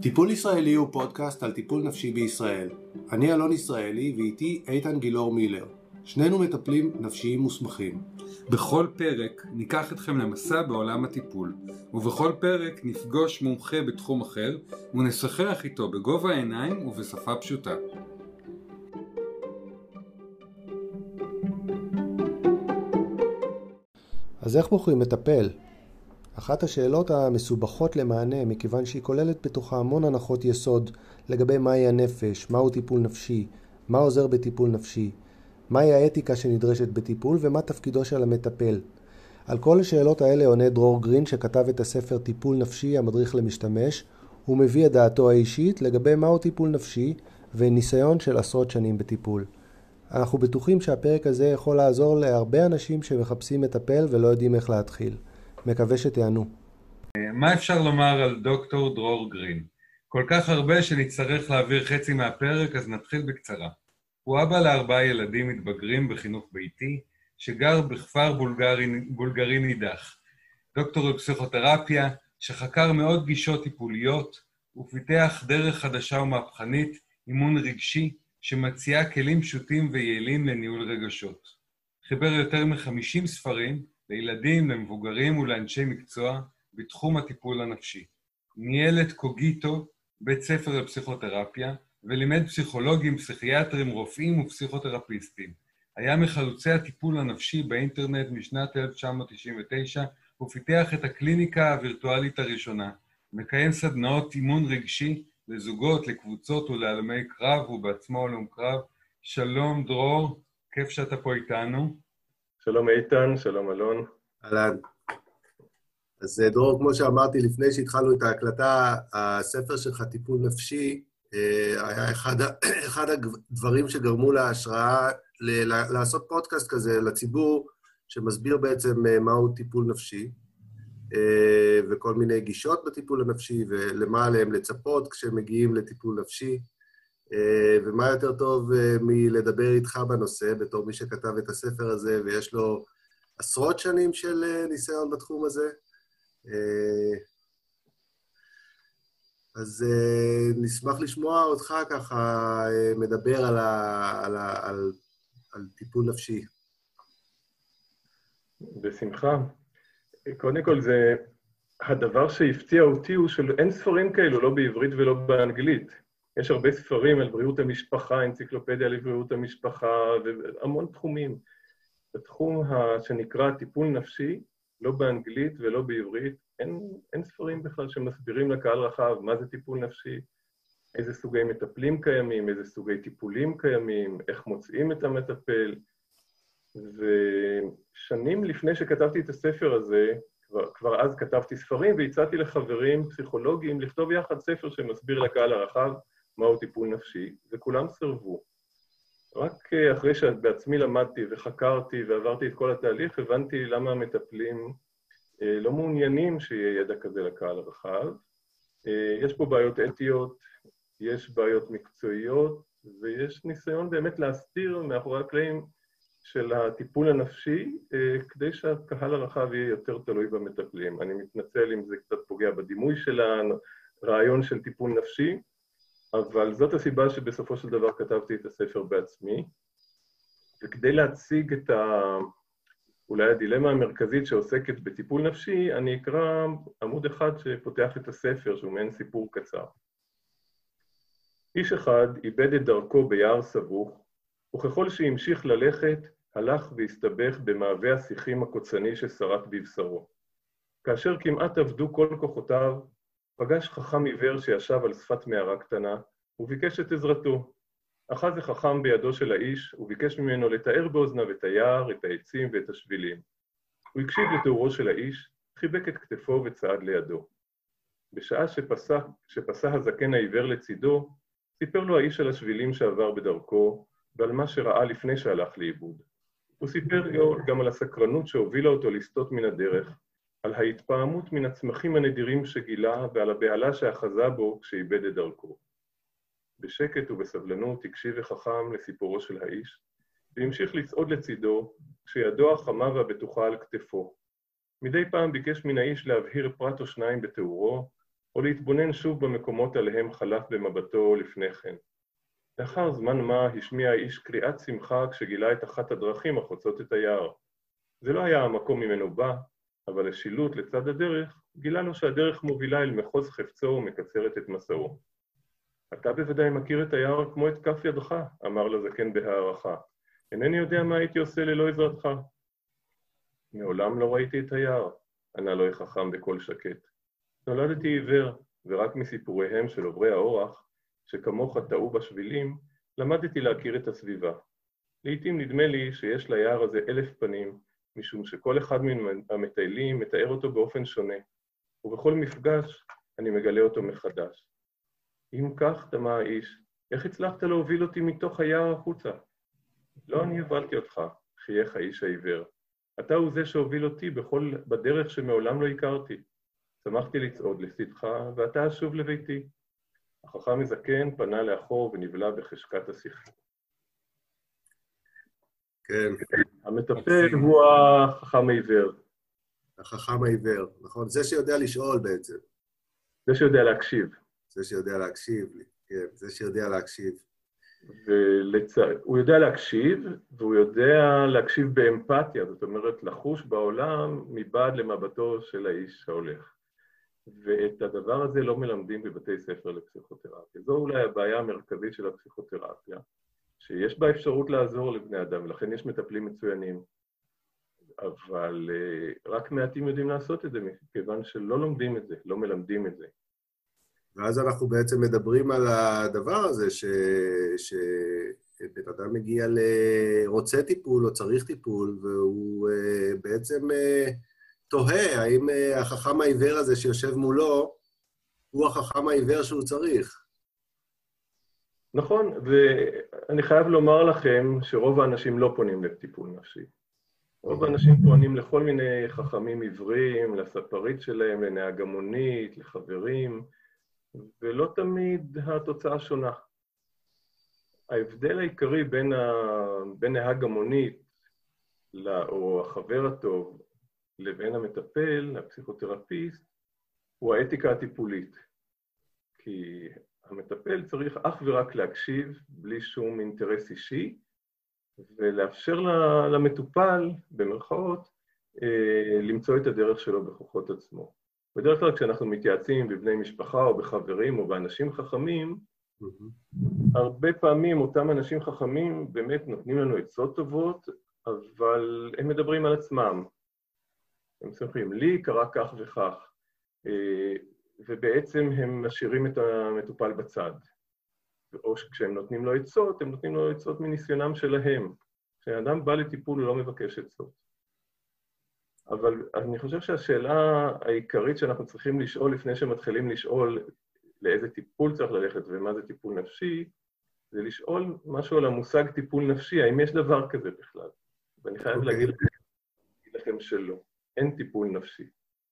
טיפול ישראלי הוא פודקאסט על טיפול נפשי בישראל. אני אלון ישראלי ואיתי איתן גילאור מילר. שנינו מטפלים נפשיים מוסמכים. בכל פרק ניקח אתכם למסע בעולם הטיפול, ובכל פרק נפגוש מומחה בתחום אחר ונשוחח איתו בגובה העיניים ובשפה פשוטה. אז איך בוחרים מטפל? אחת השאלות המסובכות למענה, מכיוון שהיא כוללת בתוכה המון הנחות יסוד לגבי מהי הנפש, מהו טיפול נפשי, מה עוזר בטיפול נפשי, מהי האתיקה שנדרשת בטיפול ומה תפקידו של המטפל. על כל השאלות האלה עונה דרור גרין, שכתב את הספר טיפול נפשי, המדריך למשתמש. הוא מביא את דעתו האישית לגבי מהו טיפול נפשי וניסיון של עשרות שנים בטיפול. אנחנו בטוחים שהפרק הזה יכול לעזור להרבה אנשים שמחפשים מטפל ולא יודעים איך להתחיל. מקווה שתענו. מה אפשר לומר על דוקטור דרור גרין? כל כך הרבה שנצטרך להעביר חצי מהפרק, אז נתחיל בקצרה. הוא אבא ל4 ילדים מתבגרים בחינוך ביתי, שגר בכפר בולגרי נידח. דוקטור בפסיכותרפיה, שחקר מאות גישות טיפוליות, ופיתח דרך חדשה ומהפכנית, אימון רגשי, שמציעה כלים פשוטים ויעילים לניהול רגשות. חיבר יותר מ50 ספרים לילדים, למבוגרים ולאנשי מקצוע בתחום הטיפול הנפשי. ניהל את קוגיטו, בית ספר לפסיכותרפיה, ולימד פסיכולוגים, פסיכיאטרים, רופאים ופסיכותרפיסטים. היה מחלוצי הטיפול הנפשי באינטרנט משנת 1999, ופיתח את הקליניקה הווירטואלית הראשונה. מקיים סדנאות אימון רגשי לזוגות, לקבוצות ולהלומי קרב, ובעצמו הלום קרב. שלום דרור, כיף שאתה פה איתנו. שלום איתן, שלום אלון. אהלן. אז דרור, כמו שאמרתי לפני שהתחלנו את ההקלטה, הספר שלך טיפול נפשי היה אחד הדברים שגרמו להשראה לעשות פודקאסט כזה לציבור, שמסביר בעצם מהו טיפול נפשי, וכל מיני גישות בטיפול הנפשי, ולמה עליהם לצפות כשמגיעים לטיפול נפשי, ומה יותר טוב מלדבר איתך בנושא, בתור מי שכתב את הספר הזה, ויש לו עשרות שנים של ניסיון בתחום הזה. אז נשמח לשמוע אותך ככה מדבר על טיפול נפשי. בשמחה. קודם כל, הדבר שהפתיע אותי הוא שאין ספרים כאלו, לא בעברית ולא באנגלית. יש הרבה ספרים על בריאות המשפחה, אנציקלופדיה לבריאות המשפחה, והמון תחומים. בתחום שנקרא טיפול נפשי, לא באנגלית ולא בעברית, אין ספרים בכלל שמסבירים לקהל רחב מה זה טיפול נפשי, איזה סוגי מטפלים קיימים, איזה סוגי טיפולים קיימים, איך מוצאים את המטפל. ושנים לפני שכתבתי את הספר הזה, כבר אז כתבתי ספרים והצעתי לחברים פסיכולוגיים לכתוב יחד ספר שמסביר לקהל הרחב מהו טיפול נפשי, וכולם סרבו. רק אחרי שבעצמי למדתי וחקרתי ועברתי את כל התהליך, הבנתי למה המטפלים לא מעוניינים שיהיה ידע כזה לקהל הרחב. יש פה בעיות אתיות, יש בעיות מקצועיות, ויש ניסיון באמת להסתיר מאחורי הקלעים של הטיפול הנפשי, כדי שהקהל הרחב יהיה יותר תלוי במטפלים. אני מתנצל אם זה קצת פוגע בדימוי של הרעיון של טיפול נפשי, אבל זאת הסיבה שבסופו של דבר כתבתי את הספר בעצמי, וכדי להציג את אולי הדילמה המרכזית שעוסקת בטיפול נפשי, אני אקרא עמוד אחד שפותח את הספר, שהוא מעין סיפור קצר. איש אחד איבד את דרכו ביער סבוך, וככל שהמשיך ללכת, הלך והסתבך במעבה השיחים הקוצני ששרט בבשרו. כאשר כמעט עבדו כל כוחותיו, פגש חכם עיוור שישב על שפת מערה קטנה, וביקש את עזרתו. אחז החכם בידו של האיש, וביקש ממנו לתאר באוזניו את היער, את העצים ואת השבילים. הוא הקשיב לתיאורו של האיש, חיבק את כתפו וצעד לידו. בשעה שפסע הזקן העיוור לצידו, סיפר לו האיש על השבילים שעבר בדרכו, ועל מה שראה לפני שהלך לאיבוד. הוא סיפר לו גם על הסקרנות שהובילה אותו לסטות מן הדרך, על ההתפעמות מן הצמחים הנדירים שגילה ועל הבהלה שאחזה בו כשאיבד את דרכו. בשקט ובסבלנות הקשיב החכם לסיפורו של האיש, והמשיך לצעוד לצידו כשידו החמה והבטוחה על כתפו. מדי פעם ביקש מן האיש להבהיר פרט או שניים בתיאורו, או להתבונן שוב במקומות עליהם חלף במבטו לפני כן. לאחר זמן מה השמיע האיש קריאת שמחה כשגילה את אחת הדרכים החוצות את היער. זה לא היה המקום ממנו בא, אבל השילוט לצד הדרך גילה לו שהדרך מובילה אל מחוז חפצו ומקצרת את מסעו. אתה בוודאי מכיר את היער כמו את כף ידך, אמר לזקן בהערכה. אינני יודע מה הייתי עושה ללא עזרתך. מעולם לא ראיתי את היער, ענה לו החכם בקול שקט. נולדתי עיוור, ורק מסיפוריהם של עוברי האורח, שכמוך טעו בשבילים, למדתי להכיר את הסביבה. לעתים נדמה לי שיש ליער הזה 1000 פנים, משום שכל אחד מן המטיילים מתאר אותו באופן שונה, ובכל מפגש אני מגלה אותו מחדש. אם כך, תמה האיש, איך הצלחת להוביל אותי מתוך היער החוצה? לא אני הבלתי אותך, חייך האיש העיוור. אתה הוא זה שהוביל אותי בדרך שמעולם לא הכרתי. שמחתי לצעוד לצדך, ואתה אשוב לביתי. החכם הזקן פנה לאחור ונבלע בחשקת השיחה. כן. המטפל הוא החכם העיוור. החכם העיוור, נכון. זה שיודע לשאול בעצם. זה שיודע להקשיב. זה שיודע להקשיב לי, כן. זה שיודע להקשיב. הוא יודע להקשיב, והוא יודע להקשיב באמפתיה, זאת אומרת, לחוש בעולם מבעד למבטו של האיש שהולך. ואת הדבר הזה לא מלמדים בבתי ספר לפסיכותרפיה. זו אולי הבעיה המרכזית של הפסיכותרפיה, שיש בה אפשרות לעזור לבני אדם, ולכן יש מטפלים מצוינים. אבל רק מעטים יודעים לעשות את זה, כיוון שלא לומדים את זה, לא מלמדים את זה. ואז אנחנו בעצם מדברים על הדבר הזה, שבן אדם מגיע רוצה טיפול או צריך טיפול, והוא בעצם תוהה האם החכם העיוור הזה שיושב מולו, הוא החכם העיוור שהוא צריך. נכון, ואני חייב לומר לכם שרוב האנשים לא פונים לטיפול נפשי. רוב האנשים פונים לכל מיני חכמים עיוורים, לספרית שלהם, לנהג המונית, לחברים, ולא תמיד התוצאה שונה. ההבדל העיקרי בין נהג המונית או החבר הטוב לבין המטפל, הפסיכותרפיסט, הוא האתיקה הטיפולית. כי המטפל צריך אך ורק להקשיב בלי שום אינטרס אישי, ולאפשר למטופל, במרכאות, למצוא את הדרך שלו בכוחות עצמו. בדרך כלל כשאנחנו מתייעצים בבני משפחה או בחברים או באנשים חכמים, הרבה פעמים אותם אנשים חכמים באמת נותנים לנו עצות טובות, אבל הם מדברים על עצמם. הם מספרים, לי קרה כך וכך, ובעצם הם משאירים את המטופל בצד. או כשהם נותנים לו עצות, הם נותנים לו עצות מניסיונם שלהם. כשאדם בא לטיפול הוא לא מבקש עצות. אבל אני חושב שהשאלה העיקרית שאנחנו צריכים לשאול לפני שמתחילים לשאול לאיזה טיפול צריך ללכת ומה זה טיפול נפשי, זה לשאול משהו על המושג טיפול נפשי, האם יש דבר כזה בכלל. ואני חייב להגיד לכם שלא, אין טיפול נפשי.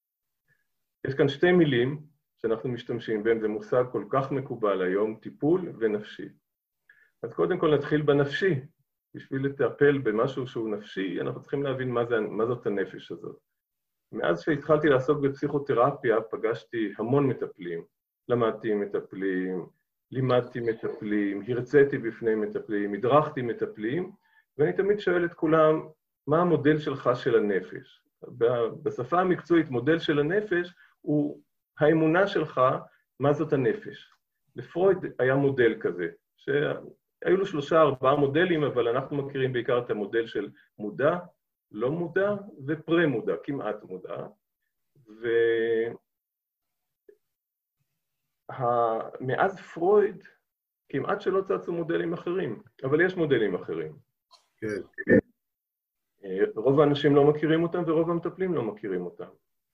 יש כאן שתי מילים שאנחנו משתמשים בהן, זה מושג כל כך מקובל היום, טיפול ונפשי. אז קודם כל נתחיל בנפשי. בשביל לטפל במשהו שהוא נפשי, אנחנו צריכים להבין מה זאת הנפש הזאת. מאז שהתחלתי לעסוק בפסיכותרפיה, פגשתי המון מטפלים. למדתי עם מטפלים, לימדתי מטפלים, הרציתי בפני מטפלים, הדרכתי מטפלים, ואני תמיד שואל את כולם, מה המודל שלך של הנפש? בשפה המקצועית, מודל של הנפש הוא האמונה שלך, מה זאת הנפש. לפרויד היה מודל כזה, היו לו 3-4 מודלים, אבל אנחנו מכירים בעיקר את המודל של מודע, לא מודע ופרה-מודע, כמעט מודע. ומאז פרויד כמעט שלא צצו מודלים אחרים, אבל יש מודלים אחרים. כן. רוב האנשים לא מכירים אותם ורוב המטפלים לא מכירים אותם.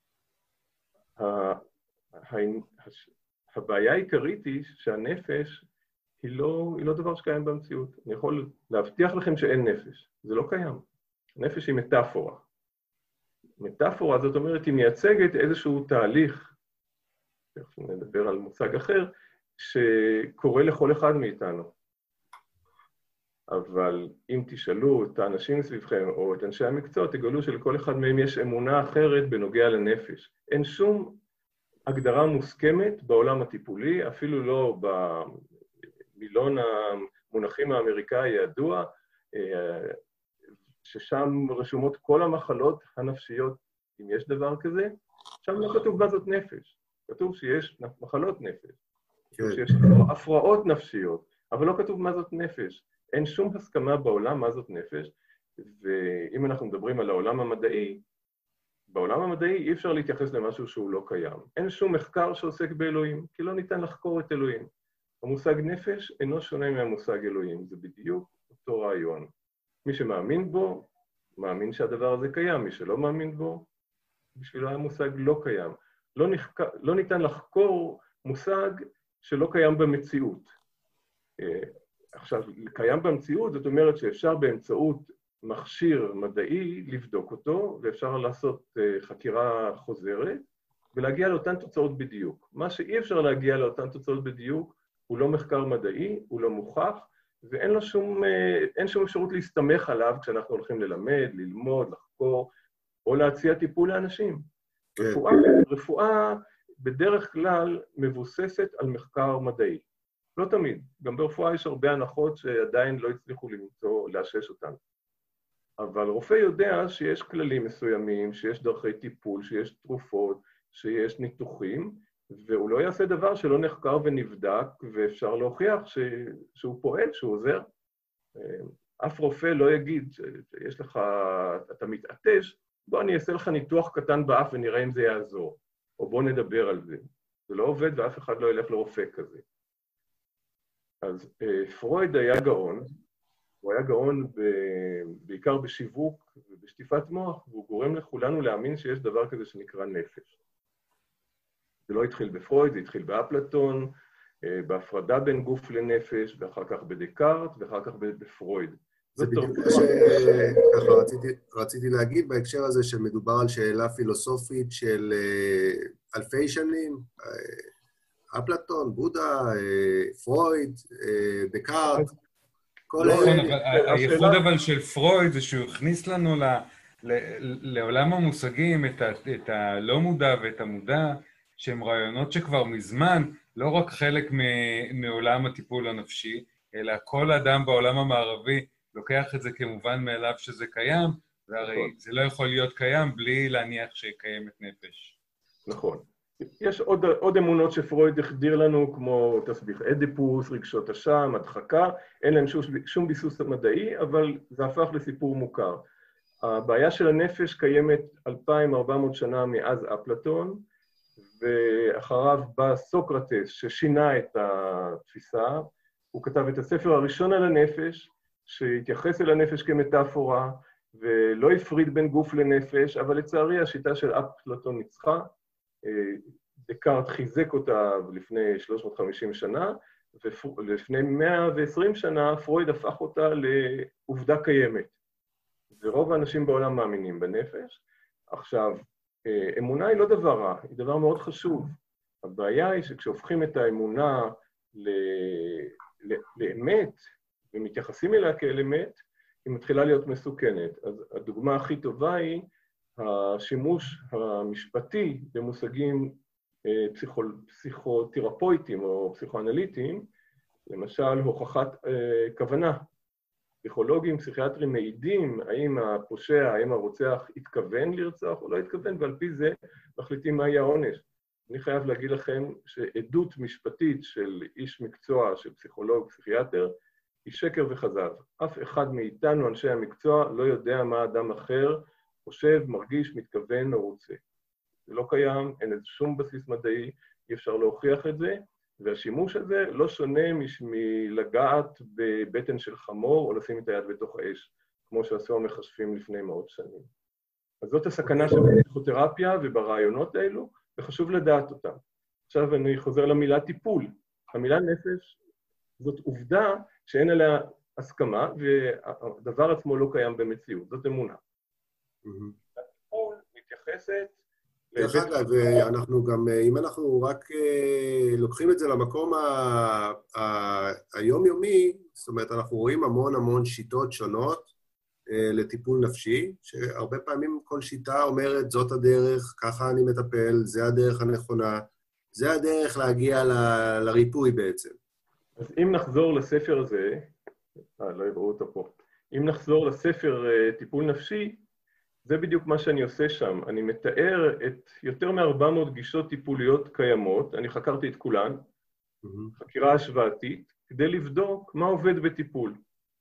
הבעיה העיקרית היא שהנפש היא לא דבר שקיים במציאות. אני יכול להבטיח לכם שאין נפש. זה לא קיים. נפש היא מטאפורה. מטאפורה, זאת אומרת, היא מייצגת איזשהו תהליך, תכף נדבר על מושג אחר, שקורה לכל אחד מאיתנו. אבל אם תשאלו את האנשים סביבכם או את אנשי המקצוע, תגלו שלכל אחד מהם יש אמונה אחרת בנוגע לנפש. אין שום הגדרה מוסכמת בעולם הטיפולי, אפילו לא במילון המונחים האמריקאי הידוע, ששם רשומות כל המחלות הנפשיות, אם יש דבר כזה, שם לא כתוב מה זאת נפש. כתוב שיש מחלות נפש, כתוב שיש הפרעות נפשיות, אבל לא כתוב מה זאת נפש. אין שום הסכמה בעולם מה זאת נפש, ואם אנחנו מדברים על העולם המדעי, בעולם המדעי אי אפשר להתייחס למשהו שהוא לא קיים. אין שום מחקר שעוסק באלוהים, כי לא ניתן לחקור את אלוהים. המושג נפש אינו שונה מהמושג אלוהים, זה בדיוק אותו רעיון. מי שמאמין בו, מאמין שהדבר הזה קיים, מי שלא מאמין בו, בשבילו המושג לא קיים. לא ניתן לחקור מושג שלא קיים במציאות. עכשיו, קיים במציאות, זאת אומרת שאפשר באמצעות מכשיר מדעי לבדוק אותו, ואפשר לעשות חקירה חוזרת, ולהגיע לאותן תוצאות בדיוק. מה שאי אפשר להגיע לאותן תוצאות בדיוק, הוא לא מחקר מדעי, הוא לא מוכח, ואין לו שום אפשרות להסתמך עליו כשאנחנו הולכים ללמד, ללמוד, לחקור, או להציע טיפול לאנשים. רפואה בדרך כלל מבוססת על מחקר מדעי. לא תמיד. גם ברפואה יש הרבה הנחות שעדיין לא הצליחו לאשש אותן. אבל רופא יודע שיש כללים מסוימים, שיש דרכי טיפול, שיש תרופות, שיש ניתוחים, והוא לא יעשה דבר שלא נחקר ונבדק, ואפשר להוכיח שהוא פועל, שהוא עוזר. אף רופא לא יגיד שיש לך, אתה מתעטש, בוא אני אעשה לך ניתוח קטן באף ונראה אם זה יעזור, או בוא נדבר על זה. זה לא עובד ואף אחד לא ילך לרופא כזה. אז פרויד היה גאון, הוא היה גאון בעיקר בשיווק ובשטיפת מוח, והוא גורם לכולנו להאמין שיש דבר כזה שנקרא נפש. זה לא התחיל בפרויד, זה התחיל באפלטון, בהפרדה בין גוף לנפש, ואחר כך בדקארט, ואחר כך בפרויד. זה בדיוק שככה רציתי להגיד בהקשר הזה שמדובר על שאלה פילוסופית של אלפי שנים, אפלטון, בודה, פרויד, דקארט, נכון, אבל הייחוד אבל של פרויד זה שהוא הכניס לנו לעולם המושגים את הלא מודע ואת המודע, שהם רעיונות שכבר מזמן, לא רק חלק מעולם הטיפול הנפשי, אלא כל אדם בעולם המערבי לוקח את זה כמובן מאליו שזה קיים, והרי זה לא יכול להיות קיים בלי להניח שקיימת נפש. נכון. יש עוד אמונות שפרויד החדיר לנו, כמו תסביך אדיפוס, רגשות אשם, הדחקה, אין להם שום ביסוס מדעי, אבל זה הפך לסיפור מוכר. הבעיה של הנפש קיימת 2400 שנה מאז אפלטון, ואחריו בא סוקרטס ששינה את התפיסה, הוא כתב את הספר הראשון על הנפש, שהתייחס אל הנפש כמטאפורה, ולא הפריד בין גוף לנפש, אבל לצערי השיטה של אפלטון ניצחה, דקארט חיזק אותה לפני 350 שנה, ולפני 120 שנה פרויד הפך אותה לעובדה קיימת. ורוב האנשים בעולם מאמינים בנפש. עכשיו, אמונה היא לא דבר רע, היא דבר מאוד חשוב. הבעיה היא שכשהופכים את האמונה לאמת, ומתייחסים אליה כאל אמת, היא מתחילה להיות מסוכנת. אז הדוגמה הכי טובה היא השימוש המשפטי במושגים פסיכותרפויטיים או פסיכואנליטיים, למשל הוכחת כוונה. פסיכולוגים, פסיכיאטרים מעידים האם הפושע, האם הרוצח התכוון לרצוח או לא התכוון, ועל פי זה מחליטים מהי העונש. אני חייב להגיד לכם שעדות משפטית של איש מקצוע, של פסיכולוג, פסיכיאטר, היא שקר וכזב. אף אחד מאיתנו, אנשי המקצוע, לא יודע מה אדם אחר חושב, מרגיש, מתכוון או רוצה. זה לא קיים, אין איזה שום בסיס מדעי, אי אפשר להוכיח את זה, והשימוש הזה לא שונה מלגעת בבטן של חמור או לשים את היד בתוך האש, כמו שעשו המחשבים לפני מאות שנים. אז זאת הסכנה של פסיכותרפיה וברעיונות האלו, וחשוב לדעת אותם. עכשיו אני חוזר למילה טיפול. המילה נפש זאת עובדה שאין עליה הסכמה, והדבר עצמו לא קיים במציאות, זאת אמונה. הטיפול מתייחסת דרך אגב, ואנחנו גם, אם אנחנו רק לוקחים את זה למקום היומיומי, זאת אומרת, אנחנו רואים המון שיטות שונות לטיפול נפשי, שהרבה פעמים כל שיטה אומרת, זאת הדרך, ככה אני מטפל, זה הדרך הנכונה, זה הדרך להגיע לריפוי בעצם. אז אם נחזור לספר הזה, לא יראו אותו פה, אם נחזור לספר טיפול נפשי, זה בדיוק מה שאני עושה שם. אני מתאר את יותר מ-400 גישות טיפוליות קיימות, אני חקרתי את כולן, חקירה השוואתית, כדי לבדוק מה עובד בטיפול.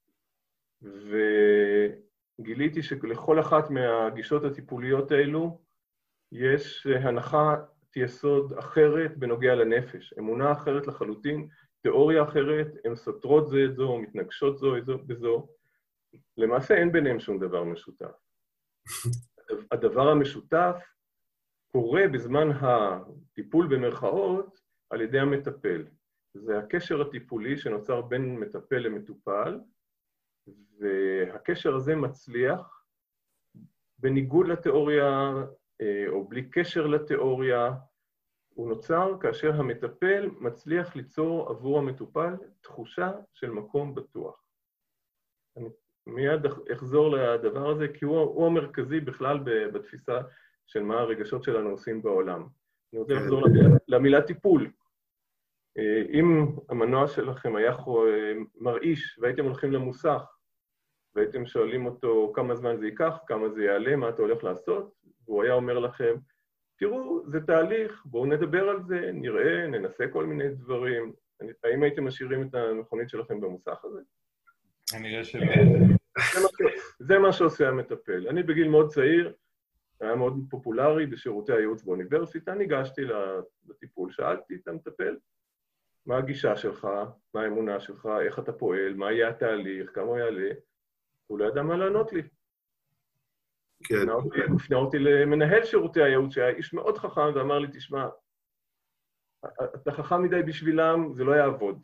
וגיליתי שלכל אחת מהגישות הטיפוליות האלו יש הנחת יסוד אחרת בנוגע לנפש, אמונה אחרת לחלוטין, תיאוריה אחרת, הן סותרות זה את זו, מתנגשות זו בזו. למעשה אין ביניהם שום דבר משותף. הדבר המשותף קורה בזמן הטיפול במרכאות על ידי המטפל. זה הקשר הטיפולי שנוצר בין מטפל למטופל, והקשר הזה מצליח בניגוד לתיאוריה, או בלי קשר לתיאוריה, הוא נוצר כאשר המטפל מצליח ליצור עבור המטופל תחושה של מקום בטוח. אני מיד אחזור לדבר הזה, כי הוא המרכזי בכלל בתפיסה של מה הרגשות שלנו עושים בעולם. אני רוצה לחזור למילה טיפול. אם המנוע שלכם היה מרעיש והייתם הולכים למוסך, והייתם שואלים אותו כמה זמן זה ייקח, כמה זה יעלה, מה אתה הולך לעשות, והוא היה אומר לכם, תראו, זה תהליך, בואו נדבר על זה, נראה, ננסה כל מיני דברים. האם הייתם משאירים את המכונית שלכם במוסך הזה? כנראה שלא. זה מה שעושה המטפל. אני בגיל מאוד צעיר, היה מאוד פופולרי בשירותי הייעוץ באוניברסיטה, ניגשתי לטיפול, שאלתי את המטפל, מה הגישה שלך, מה האמונה שלך, איך אתה פועל, מה יהיה התהליך, כמה הוא יעלה, הוא לא ידע מה לענות לי. כן. הוא הפנה אותי למנהל שירותי הייעוץ, שהיה איש מאוד חכם, ואמר לי, תשמע, אתה חכם מדי בשבילם, זה לא יעבוד.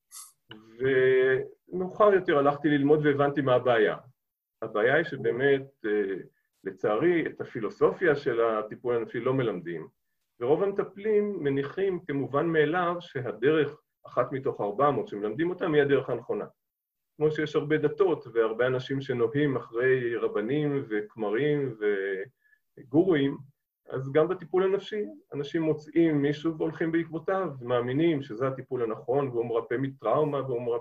ומאוחר יותר הלכתי ללמוד והבנתי מה הבעיה. הבעיה היא שבאמת, לצערי, את הפילוסופיה של הטיפול הנפשי לא מלמדים, ורוב המטפלים מניחים כמובן מאליו שהדרך, אחת מתוך 400 שמלמדים אותם, היא הדרך הנכונה. כמו שיש הרבה דתות והרבה אנשים שנוהים אחרי רבנים וכמרים וגורואים, אז גם בטיפול הנפשי, אנשים מוצאים מישהו והולכים בעקבותיו, ומאמינים שזה הטיפול הנכון, והוא מרפא מטראומה, והוא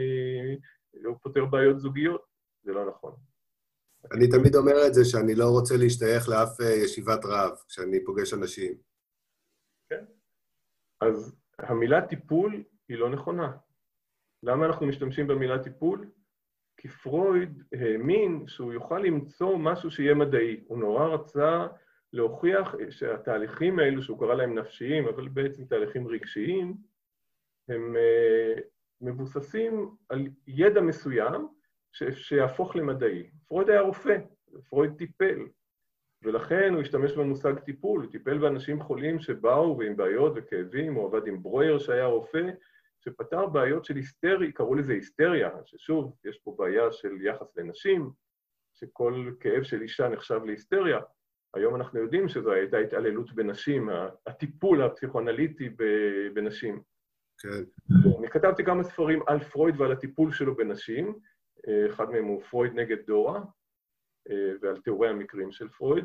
הוא פותר בעיות זוגיות. זה לא נכון. אני תמיד אומר את זה שאני לא רוצה להשתייך לאף ישיבת רב, כשאני פוגש אנשים. כן. אז המילה טיפול היא לא נכונה. למה אנחנו משתמשים במילה טיפול? כי פרויד האמין שהוא יוכל למצוא משהו שיהיה מדעי. הוא נורא רצה להוכיח שהתהליכים האלו, שהוא קרא להם נפשיים, אבל בעצם תהליכים רגשיים, הם מבוססים על ידע מסוים שיהפוך למדעי. פרויד היה רופא, פרויד טיפל, ולכן הוא השתמש במושג טיפול, הוא טיפל באנשים חולים שבאו ועם בעיות וכאבים, הוא עבד עם ברויר שהיה רופא, שפתר בעיות של היסטרי, קראו לזה היסטריה, ששוב, יש פה בעיה של יחס לנשים, שכל כאב של אישה נחשב להיסטריה. היום אנחנו יודעים שזו הייתה התעללות בנשים, הטיפול הפסיכואנליטי בנשים. כן. אני כתבתי כמה ספרים על פרויד ועל הטיפול שלו בנשים, אחד מהם הוא פרויד נגד דורה, ועל תיאורי המקרים של פרויד.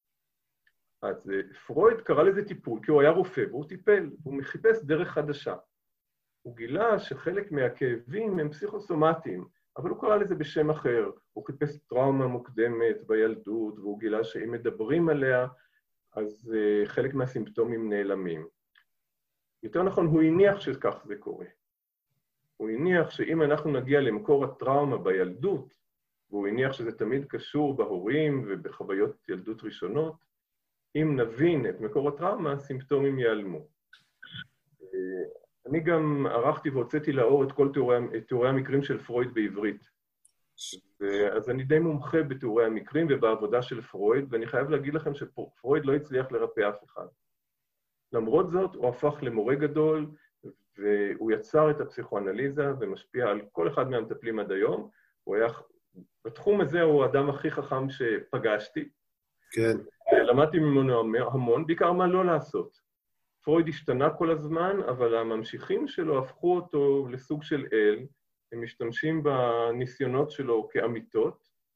אז פרויד קרא לזה טיפול, כי הוא היה רופא, והוא טיפל, הוא חיפש דרך חדשה. הוא גילה שחלק מהכאבים הם פסיכוסומטיים, אבל הוא קרא לזה בשם אחר. הוא חיפש טראומה מוקדמת בילדות, והוא גילה שאם מדברים עליה, אז חלק מהסימפטומים נעלמים. יותר נכון, הוא הניח שכך זה קורה. הוא הניח שאם אנחנו נגיע למקור הטראומה בילדות, והוא הניח שזה תמיד קשור בהורים ובחוויות ילדות ראשונות, אם נבין את מקור הטראומה, הסימפטומים ייעלמו. אני גם ערכתי והוצאתי לאור את כל תיאורי המקרים של פרויד בעברית. אז אני די מומחה בתיאורי המקרים ובעבודה של פרויד, ואני חייב להגיד לכם שפרויד לא הצליח לרפא אף אחד. למרות זאת, הוא הפך למורה גדול, והוא יצר את הפסיכואנליזה ומשפיע על כל אחד מהמטפלים עד היום. בתחום הזה הוא האדם הכי חכם שפגשתי. כן. למדתי ממנו המון, בעיקר מה לא לעשות. פרויד השתנה כל הזמן, אבל הממשיכים שלו הפכו אותו לסוג של אל, הם משתמשים בניסיונות שלו כאמיתות,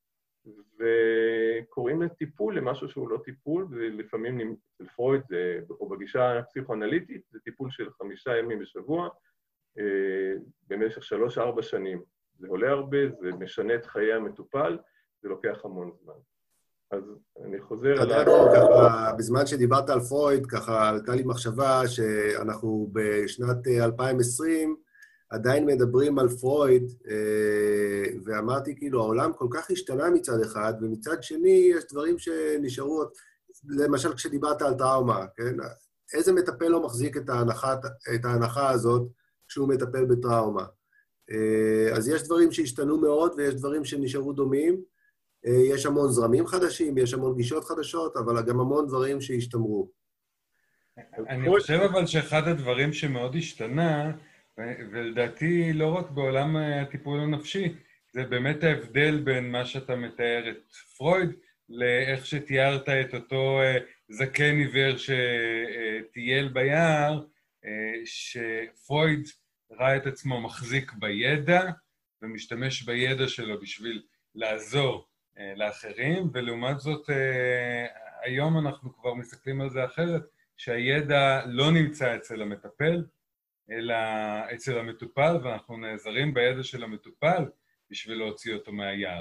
וקוראים לטיפול למשהו שהוא לא טיפול, ולפעמים אצל פרויד, או בגישה הפסיכואנליטית, זה טיפול של 5 ימים בשבוע, במשך 3-4 שנים. זה עולה הרבה, זה משנה את חיי המטופל, זה לוקח המון זמן. אז אני חוזר אתה יודע, ככה, בזמן שדיברת על פרויד, ככה עלתה לי מחשבה שאנחנו בשנת 2020 עדיין מדברים על פרויד, ואמרתי כאילו, העולם כל כך השתנה מצד אחד, ומצד שני יש דברים שנשארו, למשל כשדיברת על טראומה, כן? איזה מטפל לא מחזיק את ההנחה הזאת כשהוא מטפל בטראומה? אז יש דברים שהשתנו מאוד, ויש דברים שנשארו דומים, יש המון זרמים חדשים, יש המון גישות חדשות, אבל גם המון דברים שהשתמרו. אני חושב אבל שאחד הדברים שמאוד השתנה, ולדעתי לא רק בעולם הטיפול הנפשי, זה באמת ההבדל בין מה שאתה מתאר את פרויד, לאיך שתיארת את אותו זקן עיוור שטייל ביער, שפרויד ראה את עצמו מחזיק בידע, ומשתמש בידע שלו בשביל לעזור לאחרים, ולעומת זאת היום אנחנו כבר מסתכלים על זה אחרת, שהידע לא נמצא אצל המטפל, אלא אצל המטופל, ואנחנו נעזרים בידע של המטופל בשביל להוציא אותו מהיער.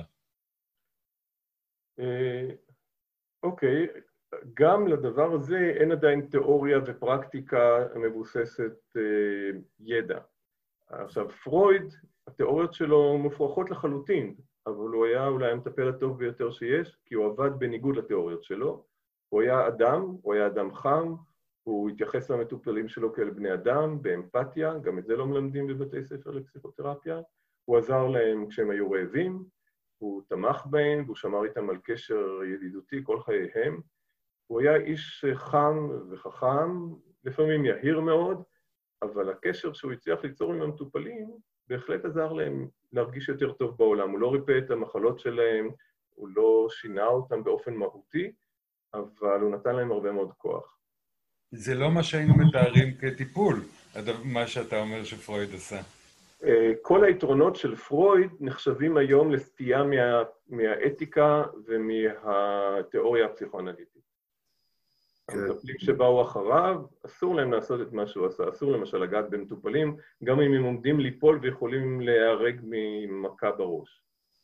אוקיי, גם לדבר הזה אין עדיין תיאוריה ופרקטיקה מבוססת ידע. עכשיו, פרויד, התיאוריות שלו מופרכות לחלוטין, אבל הוא היה אולי המטפל הטוב ביותר שיש, כי הוא עבד בניגוד לתיאוריות שלו. הוא היה אדם חם, הוא התייחס למטופלים שלו כאל בני אדם, באמפתיה, גם את זה לא מלמדים בבתי ספר לפסיכותרפיה. הוא עזר להם כשהם היו רעבים, הוא תמך בהם, והוא שמר איתם על קשר ידידותי כל חייהם. הוא היה איש חם וחכם, לפעמים יהיר מאוד, אבל הקשר שהוא הצליח ליצור עם המטופלים, בהחלט עזר להם להרגיש יותר טוב בעולם. הוא לא ריפא את המחלות שלהם, הוא לא שינה אותם באופן מהותי, אבל הוא נתן להם הרבה מאוד כוח. זה לא מה שהיינו מתארים כטיפול, מה שאתה אומר שפרויד עשה. כל היתרונות של פרויד נחשבים היום לסטייה מהאתיקה ומהתיאוריה הפסיכואנליטית. המטפלים שבאו אחריו, אסור להם לעשות את מה שהוא עשה, אסור למשל לגעת במטופלים, גם אם הם עומדים ליפול ויכולים להיהרג ממכה בראש.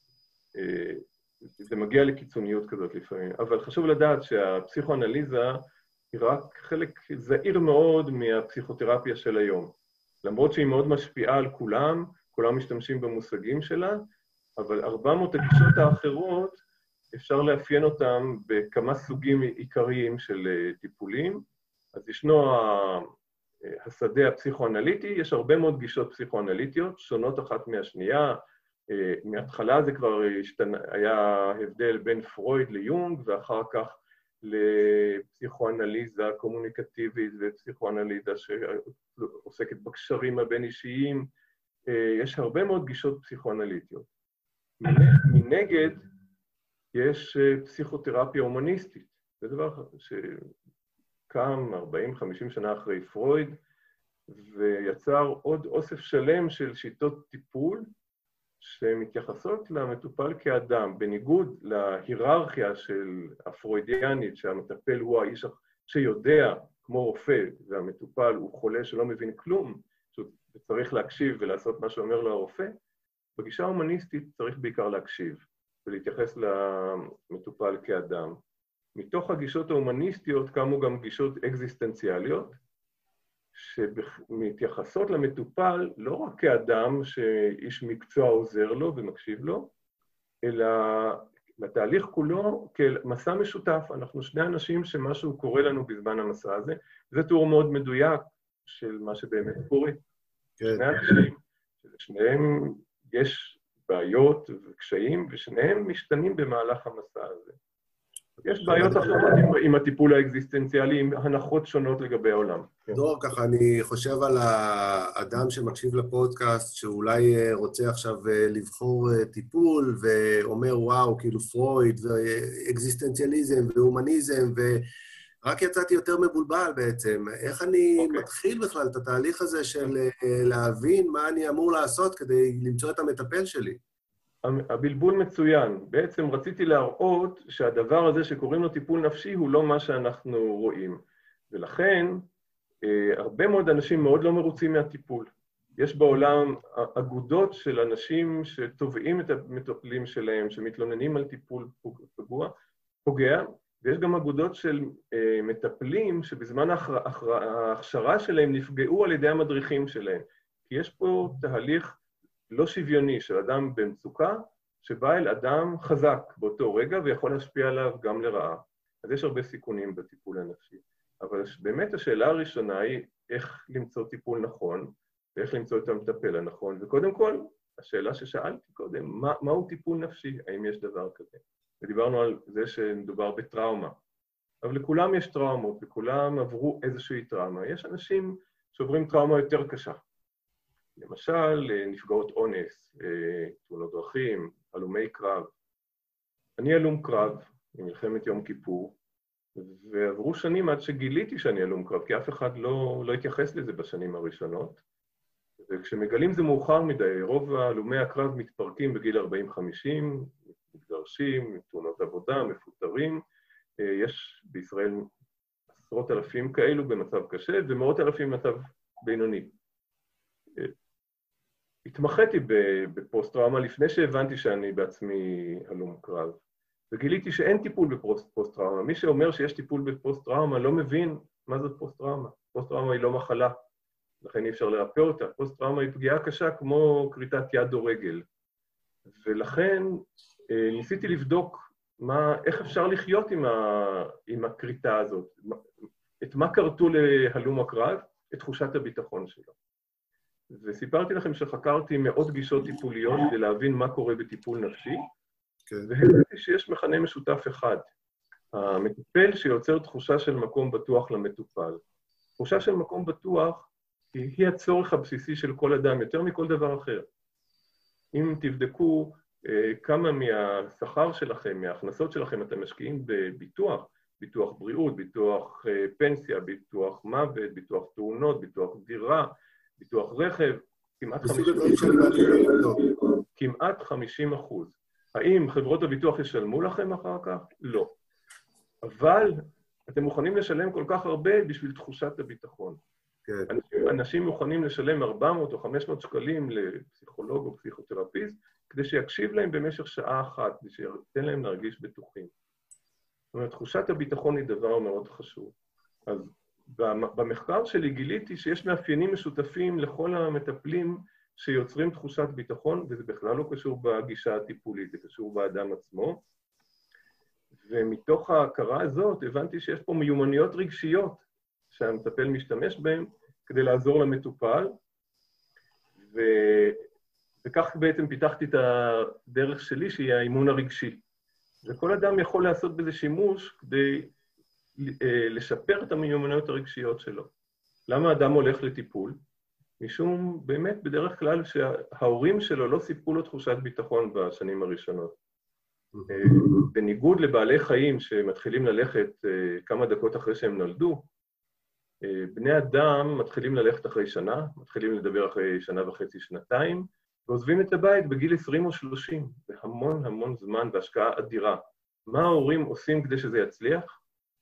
זה מגיע לקיצוניות כזאת לפעמים, אבל חשוב לדעת שהפסיכואנליזה היא רק חלק זעיר מאוד מהפסיכותרפיה של היום. למרות שהיא מאוד משפיעה על כולם, כולם משתמשים במושגים שלה, אבל 400 הגישות האחרות, אפשר לאפיין אותם בכמה סוגים עיקריים של טיפולים. אז ישנו השדה הפסיכואנליטי, יש הרבה מאוד גישות פסיכואנליטיות, שונות אחת מהשנייה. מההתחלה זה כבר היה הבדל בין פרויד ליונג, ואחר כך לפסיכואנליזה קומוניקטיבית ופסיכואנליזה שעוסקת בקשרים הבין-אישיים. יש הרבה מאוד גישות פסיכואנליטיות. מנגד, יש פסיכותרפיה הומניסטית. זה דבר שקם 40-50 שנה אחרי פרויד, ויצר עוד אוסף שלם של שיטות טיפול, שמתייחסות למטופל כאדם, בניגוד להיררכיה של הפרוידיאנית, שהמטפל הוא האיש שיודע, כמו רופא, והמטופל הוא חולה שלא מבין כלום, שצריך להקשיב ולעשות מה שאומר לו הרופא. בגישה ההומניסטית צריך בעיקר להקשיב, ולהתייחס למטופל כאדם. מתוך הגישות ההומניסטיות קמו גם גישות אקזיסטנציאליות, שמתייחסות למטופל לא רק כאדם שאיש מקצוע עוזר לו ומקשיב לו, אלא לתהליך כולו כמסע משותף. אנחנו שני אנשים שמשהו קורה לנו בזמן המסע הזה, זה תיאור מאוד מדויק של מה שבאמת קורה. כן. שני אנשים, שלשניהם יש בעיות וקשיים, ושניהם משתנים במהלך המסע הזה. יש בעיות אחרות עם הטיפול האקזיסטנציאלי, עם הנחות שונות לגבי העולם. דור, ככה אני חושב על האדם שמקשיב לפודקאסט, שאולי רוצה עכשיו לבחור טיפול, ואומר, וואו, כאילו פרויד, ואקזיסטנציאליזם, והומניזם, ורק יצאתי יותר מבולבל בעצם. איך אני מתחיל בכלל את התהליך הזה של להבין מה אני אמור לעשות כדי למצוא את המטפל שלי? הבלבול מצוין. בעצם רציתי להראות שהדבר הזה שקוראים לו טיפול נפשי הוא לא מה שאנחנו רואים. ולכן, הרבה מאוד אנשים מאוד לא מרוצים מהטיפול. יש בעולם אגודות של אנשים שתובעים את המטפלים שלהם, שמתלוננים על טיפול פוגע, ויש גם אגודות של מטפלים שבזמן ההכשרה שלהם נפגעו על ידי המדריכים שלהם. כי יש פה תהליך לא שוויוני של אדם במצוקה, שבא אל אדם חזק באותו רגע ויכול להשפיע עליו גם לרעה. אז יש הרבה סיכונים בטיפול הנפשי. אבל באמת השאלה הראשונה היא איך למצוא טיפול נכון, ואיך למצוא את המטפל הנכון. וקודם כל, השאלה ששאלתי קודם, מהו טיפול נפשי? האם יש דבר כזה? ודיברנו על זה שמדובר בטראומה. אבל לכולם יש טראומות, וכולם עברו איזושהי טראומה. יש אנשים שעוברים טראומה יותר קשה. למשל, נפגעות אונס, תאונות דרכים, הלומי קרב. אני הלום קרב במלחמת יום כיפור, ועברו שנים עד שגיליתי שאני הלום קרב, כי אף אחד לא התייחס לזה בשנים הראשונות. וכשמגלים זה מאוחר מדי, רוב הלומי הקרב מתפרקים בגיל 40-50, מתגרשים, תאונות עבודה, מפוטרים. יש בישראל עשרות אלפים כאלו במצב קשה, ומאות אלפים במצב בינוני. התמחיתי בפוסט-טראומה לפני שהבנתי שאני בעצמי הלום קרב, וגיליתי שאין טיפול בפוסט-טראומה. מי שאומר שיש טיפול בפוסט-טראומה לא מבין מה זאת פוסט-טראומה. פוסט-טראומה היא לא מחלה, לכן אי אפשר לרפא אותה. פוסט-טראומה היא פגיעה קשה כמו כריתת יד או רגל. ולכן ניסיתי לבדוק איך אפשר לחיות עם הכריתה הזאת, את מה קרתו להלום הקרב, את תחושת הביטחון שלו. וסיפרתי לכם שחקרתי מאות גישות טיפוליות כדי להבין מה קורה בטיפול נפשי, והבנתי שיש מכנה משותף אחד, המטפל שיוצר תחושה של מקום בטוח למטופל. תחושה של מקום בטוח היא הצורך הבסיסי של כל אדם, יותר מכל דבר אחר. אם תבדקו כמה מהשכר שלכם, מההכנסות שלכם, אתם משקיעים בביטוח, ביטוח בריאות, ביטוח פנסיה, ביטוח מוות, ביטוח תאונות, ביטוח דירה, ביטוח רכב, כמעט 50%. האם חברות הביטוח ישלמו לכם אחר כך? לא. אבל אתם מוכנים לשלם כל כך הרבה בשביל תחושת הביטחון. אנשים מוכנים לשלם 400 או 500 שקלים לפסיכולוג או פסיכותרפיסט, כדי שיקשיב להם במשך שעה אחת, כדי שייתן להם להרגיש בטוחים. זאת אומרת, תחושת הביטחון היא דבר מאוד חשוב. אז במחקר שלי גיליתי שיש מאפיינים משותפים לכל המטפלים שיוצרים תחושת ביטחון, וזה בכלל לא קשור בגישה הטיפולית, זה קשור באדם עצמו. ומתוך ההכרה הזאת הבנתי שיש פה מיומנויות רגשיות שהמטפל משתמש בהן כדי לעזור למטופל, וכך בעצם פיתחתי את הדרך שלי שהיא האימון הרגשי. וכל אדם יכול לעשות בזה שימוש כדי לשפר את המיומנויות הרגשיות שלו. למה אדם הולך לטיפול? משום באמת בדרך כלל שההורים שלו לא סיפקו לו תחושת ביטחון בשנים הראשונות. בניגוד לבעלי חיים שמתחילים ללכת כמה דקות אחרי שהם נולדו, בני אדם מתחילים ללכת אחרי שנה, מתחילים לדבר אחרי שנה וחצי, שנתיים, ועוזבים את הבית בגיל 20 או 30, בהמון המון זמן והשקעה אדירה. מה ההורים עושים כדי שזה יצליח?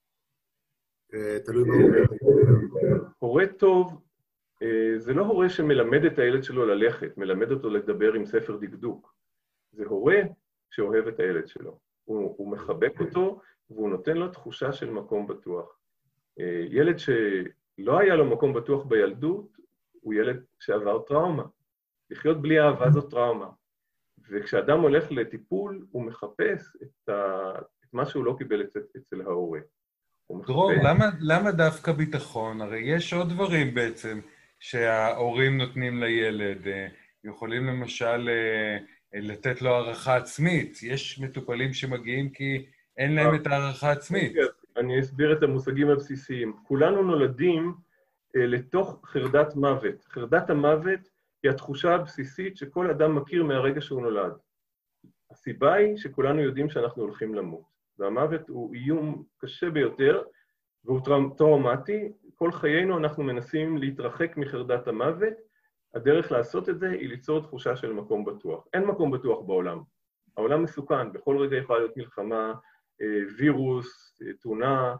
תלוי בהורים. הורה טוב, זה לא הורה שמלמד את הילד שלו ללכת, מלמד אותו לדבר עם ספר דקדוק. זה הורה שאוהב את הילד שלו. הוא מחבק אותו, והוא נותן לו תחושה של מקום בטוח. ילד שלא היה לו מקום בטוח בילדות, הוא ילד שעבר טראומה. לחיות בלי אהבה זאת טראומה. וכשאדם הולך לטיפול, הוא מחפש את מה שהוא לא קיבל אצל ההורה. דרור, למה דווקא ביטחון? הרי יש עוד דברים בעצם שההורים נותנים לילד. יכולים למשל לתת לו הערכה עצמית. יש מטופלים שמגיעים כי אין להם את הערכה העצמית. אני אסביר את המושגים הבסיסיים. כולנו נולדים לתוך חרדת מוות. חרדת המוות היא התחושה הבסיסית שכל אדם מכיר מהרגע שהוא נולד. הסיבה היא שכולנו יודעים שאנחנו הולכים למות. והמוות הוא איום קשה ביותר, והוא טראומטי. כל חיינו אנחנו מנסים להתרחק מחרדת המוות, הדרך לעשות את זה היא ליצור תחושה של מקום בטוח. אין מקום בטוח בעולם. העולם מסוכן, בכל רגע יכולה להיות מלחמה, וירוס, תאונה,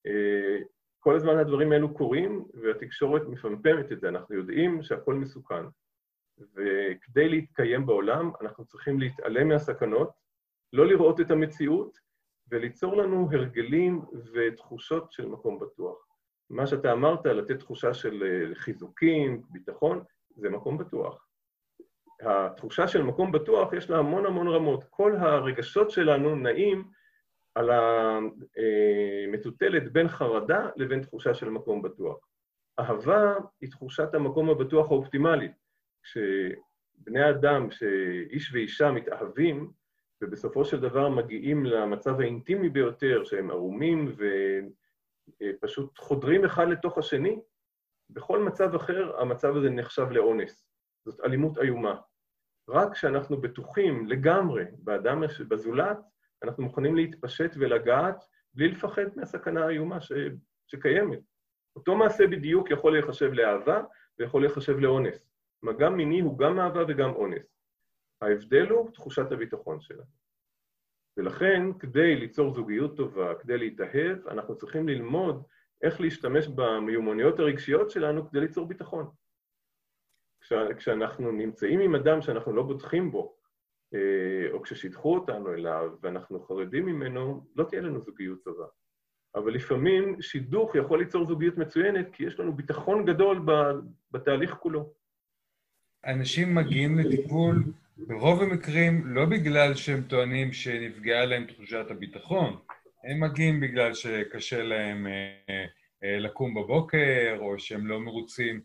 כל הזמן הדברים האלו קורים, והתקשורת מפמפמת את זה, אנחנו יודעים שהכל מסוכן. וכדי להתקיים בעולם, אנחנו צריכים להתעלם מהסכנות, לא לראות את המציאות, וליצור לנו הרגלים ותחושות של מקום בטוח. מה שאתה אמרת, לתת תחושה של חיזוקים, ביטחון, זה מקום בטוח. התחושה של מקום בטוח יש לה המון המון רמות. כל הרגשות שלנו נעים על המטוטלת בין חרדה לבין תחושה של מקום בטוח. אהבה היא תחושת המקום הבטוח האופטימלית. כשבני אדם, שאיש ואישה מתאהבים, ובסופו של דבר מגיעים למצב האינטימי ביותר, שהם ערומים ופשוט חודרים אחד לתוך השני, בכל מצב אחר המצב הזה נחשב לאונס. זאת אלימות איומה. רק כשאנחנו בטוחים לגמרי באדם בזולת, אנחנו מוכנים להתפשט ולגעת בלי לפחד מהסכנה האיומה שקיימת. אותו מעשה בדיוק יכול להיחשב לאהבה ויכול להיחשב לאונס. מגע מיני הוא גם אהבה וגם אונס. ההבדל הוא תחושת הביטחון שלנו. ולכן, כדי ליצור זוגיות טובה, כדי להתאהב, אנחנו צריכים ללמוד איך להשתמש במיומנויות הרגשיות שלנו כדי ליצור ביטחון. כשאנחנו נמצאים עם אדם שאנחנו לא בוטחים בו, או כששידחו אותנו אליו ואנחנו חרדים ממנו, לא תהיה לנו זוגיות טובה. אבל לפעמים שידוך יכול ליצור זוגיות מצוינת, כי יש לנו ביטחון גדול בתהליך כולו. אנשים מגיעים לטיפול ברוב המקרים לא בגלל שהם טוענים שנפגעה להם תחושת הביטחון, הם מגיעים בגלל שקשה להם לקום בבוקר, או שהם לא מרוצים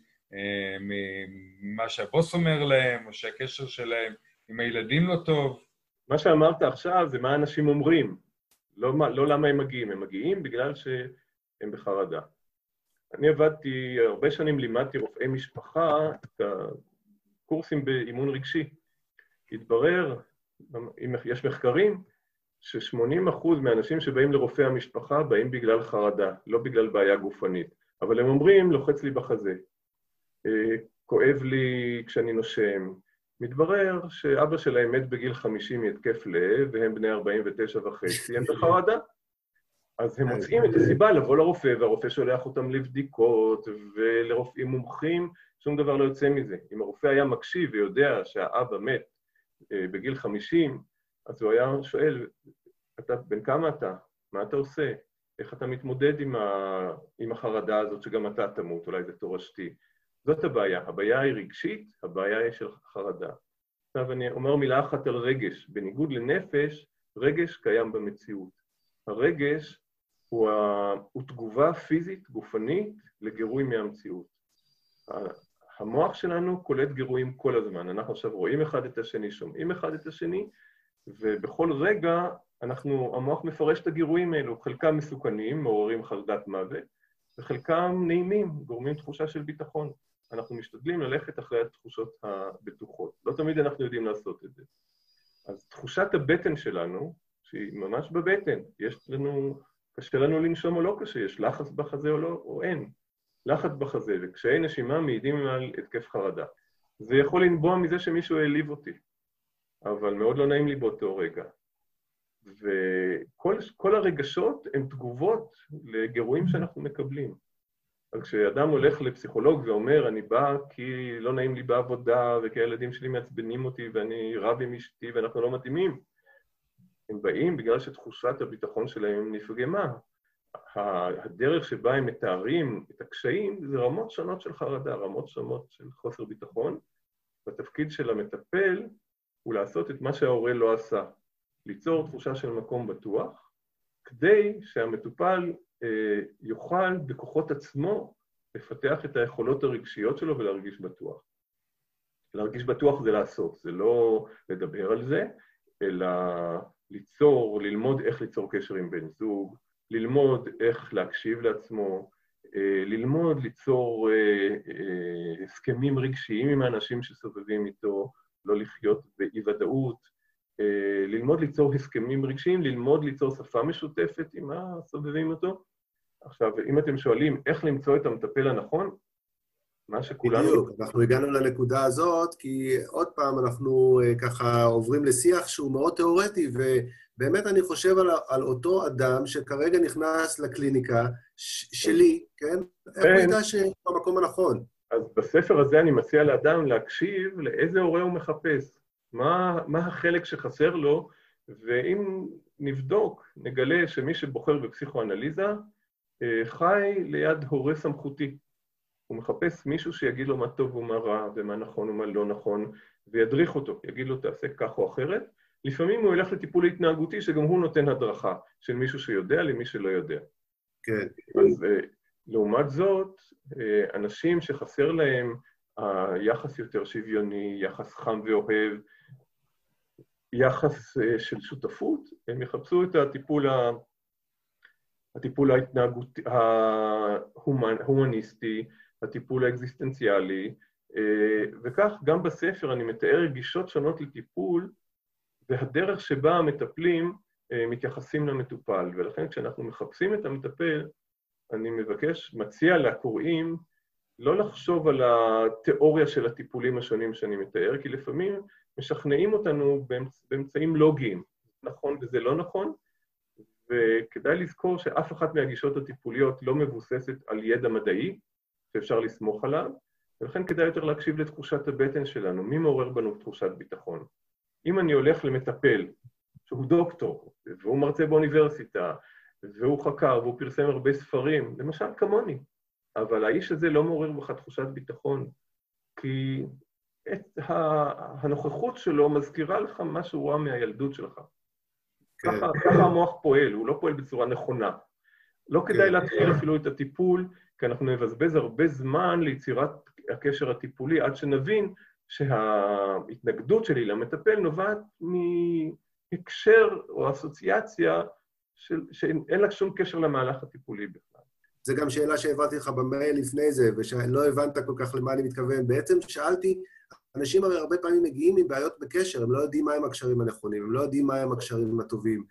ממה שהבוס אומר להם, או שהקשר שלהם עם הילדים לא טוב. מה שאמרת עכשיו זה מה אנשים אומרים, לא למה הם מגיעים. הם מגיעים בגלל שהם בחרדה. אני עבדתי, הרבה שנים לימדתי רופאי משפחה את הקורסים באימון רגשי. התברר, יש מחקרים, ש80% מהאנשים שבאים לרופאי המשפחה באים בגלל חרדה, לא בגלל בעיה גופנית. אבל הם אומרים, לוחץ לי בחזה, כואב לי כשאני נושם. מתברר שאבא שלהם מת בגיל 50 מהתקף לב, והם בני 49.5, הם בחרדה. אז הם מוצאים את הסיבה לבוא לרופא, והרופא שולח אותם לבדיקות, ולרופאים מומחים, שום דבר לא יוצא מזה. אם הרופא היה מקשיב ויודע שהאבא מת בגיל 50, אז הוא היה שואל, בן כמה אתה? מה אתה עושה? איך אתה מתמודד עם החרדה הזאת שגם אתה תמות? אולי זה תורשתי. זאת הבעיה. הבעיה היא רגשית, הבעיה היא של חרדה. עכשיו אני אומר מילה אחת על רגש. בניגוד לנפש, רגש קיים במציאות. הרגש הוא תגובה פיזית, גופנית, לגירוי מהמציאות. המוח שלנו קולט גירויים כל הזמן. אנחנו עכשיו רואים אחד את השני, שומעים אחד את השני, ובכל רגע המוח מפרש את הגירויים האלו. חלקם מסוכנים, מעוררים חרדת מוות, וחלקם נעימים, גורמים תחושה של ביטחון. אנחנו משתדלים ללכת אחרי התחושות הבטוחות. לא תמיד אנחנו יודעים לעשות את זה. אז תחושת הבטן שלנו, שהיא ממש בבטן, קשה לנו לנשום או לא קשה, יש לחץ בחזה או לא, או אין. לחץ בחזה וקשיי נשימה מעידים על התקף חרדה. זה יכול לנבוע מזה שמישהו העליב אותי, אבל מאוד לא נעים לי באותו רגע. וכל הרגשות הן תגובות לגירויים שאנחנו מקבלים. אז כשאדם הולך לפסיכולוג ואומר, אני בא כי לא נעים לי בעבודה, וכי הילדים שלי מעצבנים אותי ואני רב עם אשתי ואנחנו לא מתאימים, הם באים בגלל שתחושת הביטחון שלהם נפגמה. הדרך שבה הם מתארים את הקשיים זה רמות שונות של חרדה, רמות שונות של חוסר ביטחון, והתפקיד של המטפל הוא לעשות את מה שההורה לא עשה, ליצור תחושה של מקום בטוח, כדי שהמטופל יוכל בכוחות עצמו לפתח את היכולות הרגשיות שלו ולהרגיש בטוח. להרגיש בטוח זה לעשות, זה לא לדבר על זה, אלא ללמוד איך ליצור קשר עם בן זוג, ללמוד איך להקשיב לעצמו, ללמוד ליצור הסכמים רגשיים עם האנשים שסובבים איתו, לא לחיות באי-ודאות, ללמוד ליצור הסכמים רגשיים, ללמוד ליצור שפה משותפת עם הסובבים אותו. עכשיו, אם אתם שואלים איך למצוא את המטפל הנכון, מה שכולנו... בדיוק, אנחנו הגענו לנקודה הזאת, כי עוד פעם אנחנו ככה עוברים לשיח שהוא מאוד תיאורטי, ובאמת אני חושב על אותו אדם שכרגע נכנס לקליניקה שלי, כן? איך הוא ידע שבמקום הנכון? אז בספר הזה אני מציע לאדם להקשיב לאיזה הורה הוא מחפש, מה החלק שחסר לו, ואם נבדוק, נגלה שמי שבוחר בפסיכואנליזה, חי ליד הורה סמכותי. הוא מחפש מישהו שיגיד לו מה טוב ומה רע, ומה נכון ומה לא נכון, וידריך אותו, יגיד לו תעשה כך או אחרת. לפעמים הוא ילך לטיפול התנהגותי, שגם הוא נותן הדרכה של מישהו שיודע למי שלא יודע. כן. אז לעומת זאת, אנשים שחסר להם היחס יותר שוויוני, יחס חם ואוהב, יחס של שותפות, הם יחפשו את הטיפול ההתנהגותי, ההומניסטי, הטיפול האקזיסטנציאלי, וכך גם בספר אני מתאר גישות שונות לטיפול, והדרך שבה המטפלים מתייחסים למטופל, ולכן כשאנחנו מחפשים את המטפל, אני מציע לקוראים לא לחשוב על התיאוריה של הטיפולים השונים שאני מתאר, כי לפעמים משכנעים אותנו באמצעים לוגיים, נכון וזה לא נכון, וכדאי לזכור שאף אחת מהגישות הטיפוליות לא מבוססת על ידע מדעי, שאפשר לסמוך עליו, ולכן כדאי יותר להקשיב לתחושת הבטן שלנו, מי מעורר בנו תחושת ביטחון. אם אני הולך למטפל, שהוא דוקטור, והוא מרצה באוניברסיטה, והוא חקר, והוא פרסם הרבה ספרים, למשל כמוני, אבל האיש הזה לא מעורר בך תחושת ביטחון, כי הנוכחות שלו מזכירה לך מה שהוא רואה מהילדות שלך. ככה המוח פועל, הוא לא פועל בצורה נכונה. לא כדאי להתחיל אפילו את הטיפול, כי אנחנו נבזבז הרבה זמן ליצירת הקשר הטיפולי, עד שנבין שההתנגדות שלי למטפל נובעת מהקשר או אסוציאציה שאין לה שום קשר למהלך הטיפולי בכלל. זה גם שאלה שהעברתי לך במייל לפני זה, ושלא הבנת כל כך למה אני מתכוון. בעצם שאלתי, אנשים הרי הרבה פעמים מגיעים עם בעיות בקשר, הם לא יודעים מהם הקשרים הנכונים, הם לא יודעים מהם הקשרים הטובים.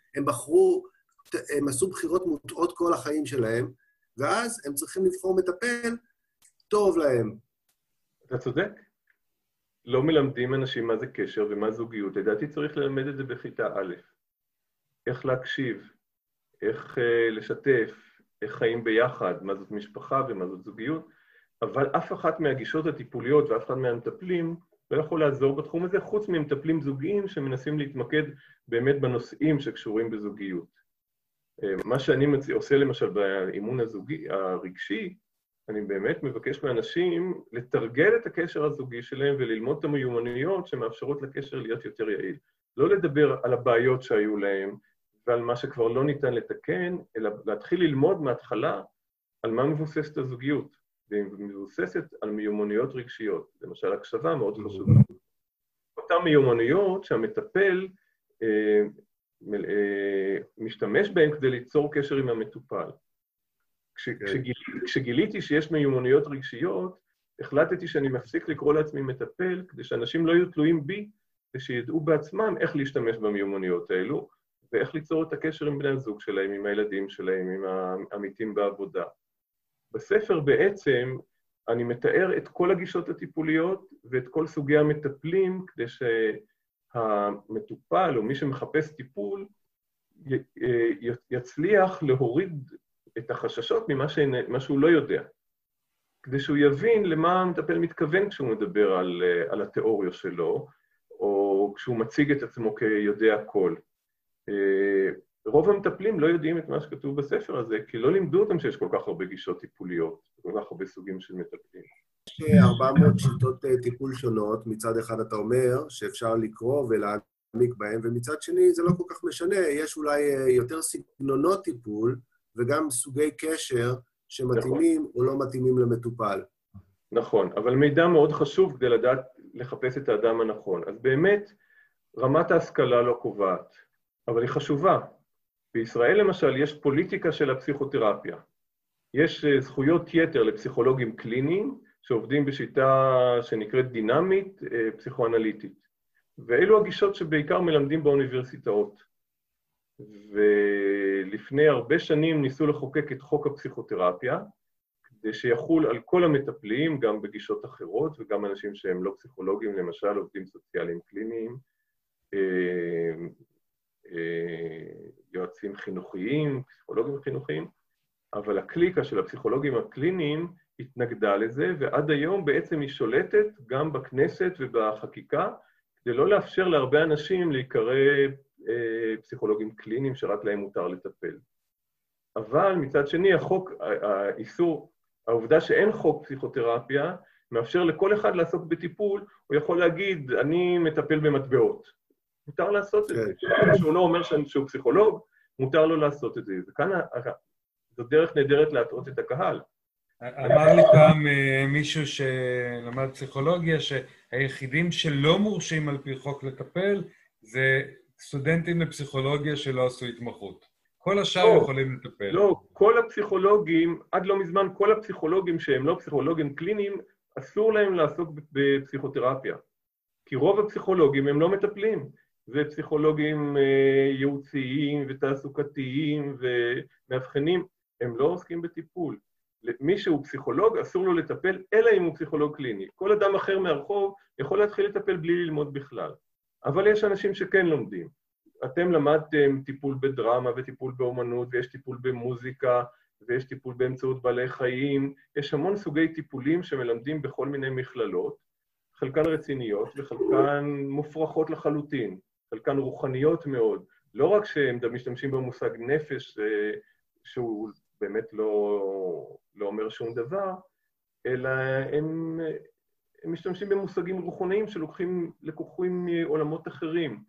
הם עשו בחירות מוטעות כל החיים שלהם, ואז הם צריכים לבחור מטפל טוב להם. אתה צודק. לא מלמדים אנשים מה זה קשר ומה זוגיות. לדעתי צריך ללמד את זה בכיתה א'. איך להקשיב, איך לשתף, איך חיים ביחד, מה זאת משפחה ומה זאת זוגיות, אבל אף אחת מהגישות הטיפוליות ואף אחד מהמטפלים לא יכול לעזור בתחום הזה, חוץ ממטפלים זוגיים שמנסים להתמקד באמת בנושאים שקשורים בזוגיות. מה שאני עושה למשל באימון הרגשי, אני באמת מבקש מאנשים לתרגל את הקשר הזוגי שלהם וללמוד את המיומנויות שמאפשרות לקשר להיות יותר יעיל. לא לדבר על הבעיות שהיו להם ועל מה שכבר לא ניתן לתקן, אלא להתחיל ללמוד מההתחלה על מה מבוססת הזוגיות, והיא מבוססת על מיומנויות רגשיות. למשל, הקשבה מאוד חשובה. אותן מיומנויות שהמטפל משתמש בהן כדי ליצור קשר עם המטופל. כשגיליתי שיש מיומנויות רגשיות, החלטתי שאני מפסיק לקרוא לעצמי מטפל, כדי שאנשים לא יהיו תלויים בי, ושידעו בעצמם איך להשתמש במיומנויות האלו, ואיך ליצור את הקשר עם בני הזוג שלהם, עם הילדים שלהם, עם העמיתים בעבודה. בספר בעצם אני מתאר את כל הגישות הטיפוליות ואת כל סוגי המטפלים, כדי שהמטופל או מי שמחפש טיפול יצליח להוריד את החששות ממה שהוא לא יודע, כדי שהוא יבין למה המטפל מתכוון כשהוא מדבר על התיאוריה שלו, או כשהוא מציג את עצמו כיודע הכל. רוב המטפלים לא יודעים את מה שכתוב בספר הזה, כי לא לימדו אותם שיש כל כך הרבה גישות טיפוליות, כל כך הרבה סוגים של מטפלים. יש 400 שיטות טיפול שונות, מצד אחד אתה אומר שאפשר לקרוא ולהעמיק בהם, ומצד שני זה לא כל כך משנה, יש אולי יותר סגנונות טיפול, וגם סוגי קשר שמתאימים או לא מתאימים למטופל. נכון, אבל מידע מאוד חשוב כדי לדעת לחפש את האדם הנכון. אז באמת, רמת ההשכלה לא קובעת, אבל היא חשובה. בישראל למשל יש פוליטיקה של הפסיכותרפיה. יש זכויות יתר לפסיכולוגים קליניים שעובדים בשיטה שנקראת דינמית, פסיכואנליטית. ואלו הגישות שבעיקר מלמדים באוניברסיטאות. ולפני הרבה שנים ניסו לחוקק את חוק הפסיכותרפיה, שיחול על כל המטפלים, גם בגישות אחרות, וגם אנשים שהם לא פסיכולוגים, למשל עובדים סוציאליים קליניים, יועצים חינוכיים, פסיכולוגים חינוכיים, אבל הקליקה של הפסיכולוגים הקליניים התנגדה לזה, ועד היום בעצם היא שולטת גם בכנסת ובחקיקה, כדי לא לאפשר להרבה אנשים להיקרא פסיכולוגים קליניים שרק להם מותר לטפל. אבל מצד שני, החוק, האיסור, העובדה שאין חוק פסיכותרפיה, מאפשר לכל אחד לעסוק בטיפול, הוא יכול להגיד, אני מטפל במטבעות. מותר לעשות את זה. שהוא לא אומר שהוא פסיכולוג, מותר לו לעשות את זה. וכאן זו דרך נהדרת להטעות את הקהל. אמר לי פעם מישהו שלמד פסיכולוגיה, שהיחידים שלא מורשים על פי חוק לטפל, זה סטודנטים לפסיכולוגיה שלא עשו התמחות. כל השאר יכולים לטפל. לא, כל הפסיכולוגים, עד לא מזמן, כל הפסיכולוגים שהם לא פסיכולוגים קליניים, אסור להם לעסוק בפסיכותרפיה. כי רוב הפסיכולוגים הם לא מטפלים. זה פסיכולוגים ייעוציים ותעסוקתיים ומאבחנים, הם לא עוסקים בטיפול. מי שהוא פסיכולוג, אסור לו לטפל, אלא אם הוא פסיכולוג קליני. כל אדם אחר מהרחוב יכול להתחיל לטפל בלי ללמוד בכלל. אבל יש אנשים שכן לומדים. אתם למדתם טיפול בדרמה וטיפול באומנות, ויש טיפול במוזיקה, ויש טיפול באמצעות בעלי חיים. יש המון סוגי טיפולים שמלמדים בכל מיני מכללות, חלקן רציניות וחלקן מופרכות לחלוטין, חלקן רוחניות מאוד. לא רק שהם משתמשים במושג נפש, שהוא באמת לא אומר שום דבר, אלא הם משתמשים במושגים רוחניים שלוקחים מעולמות אחרים.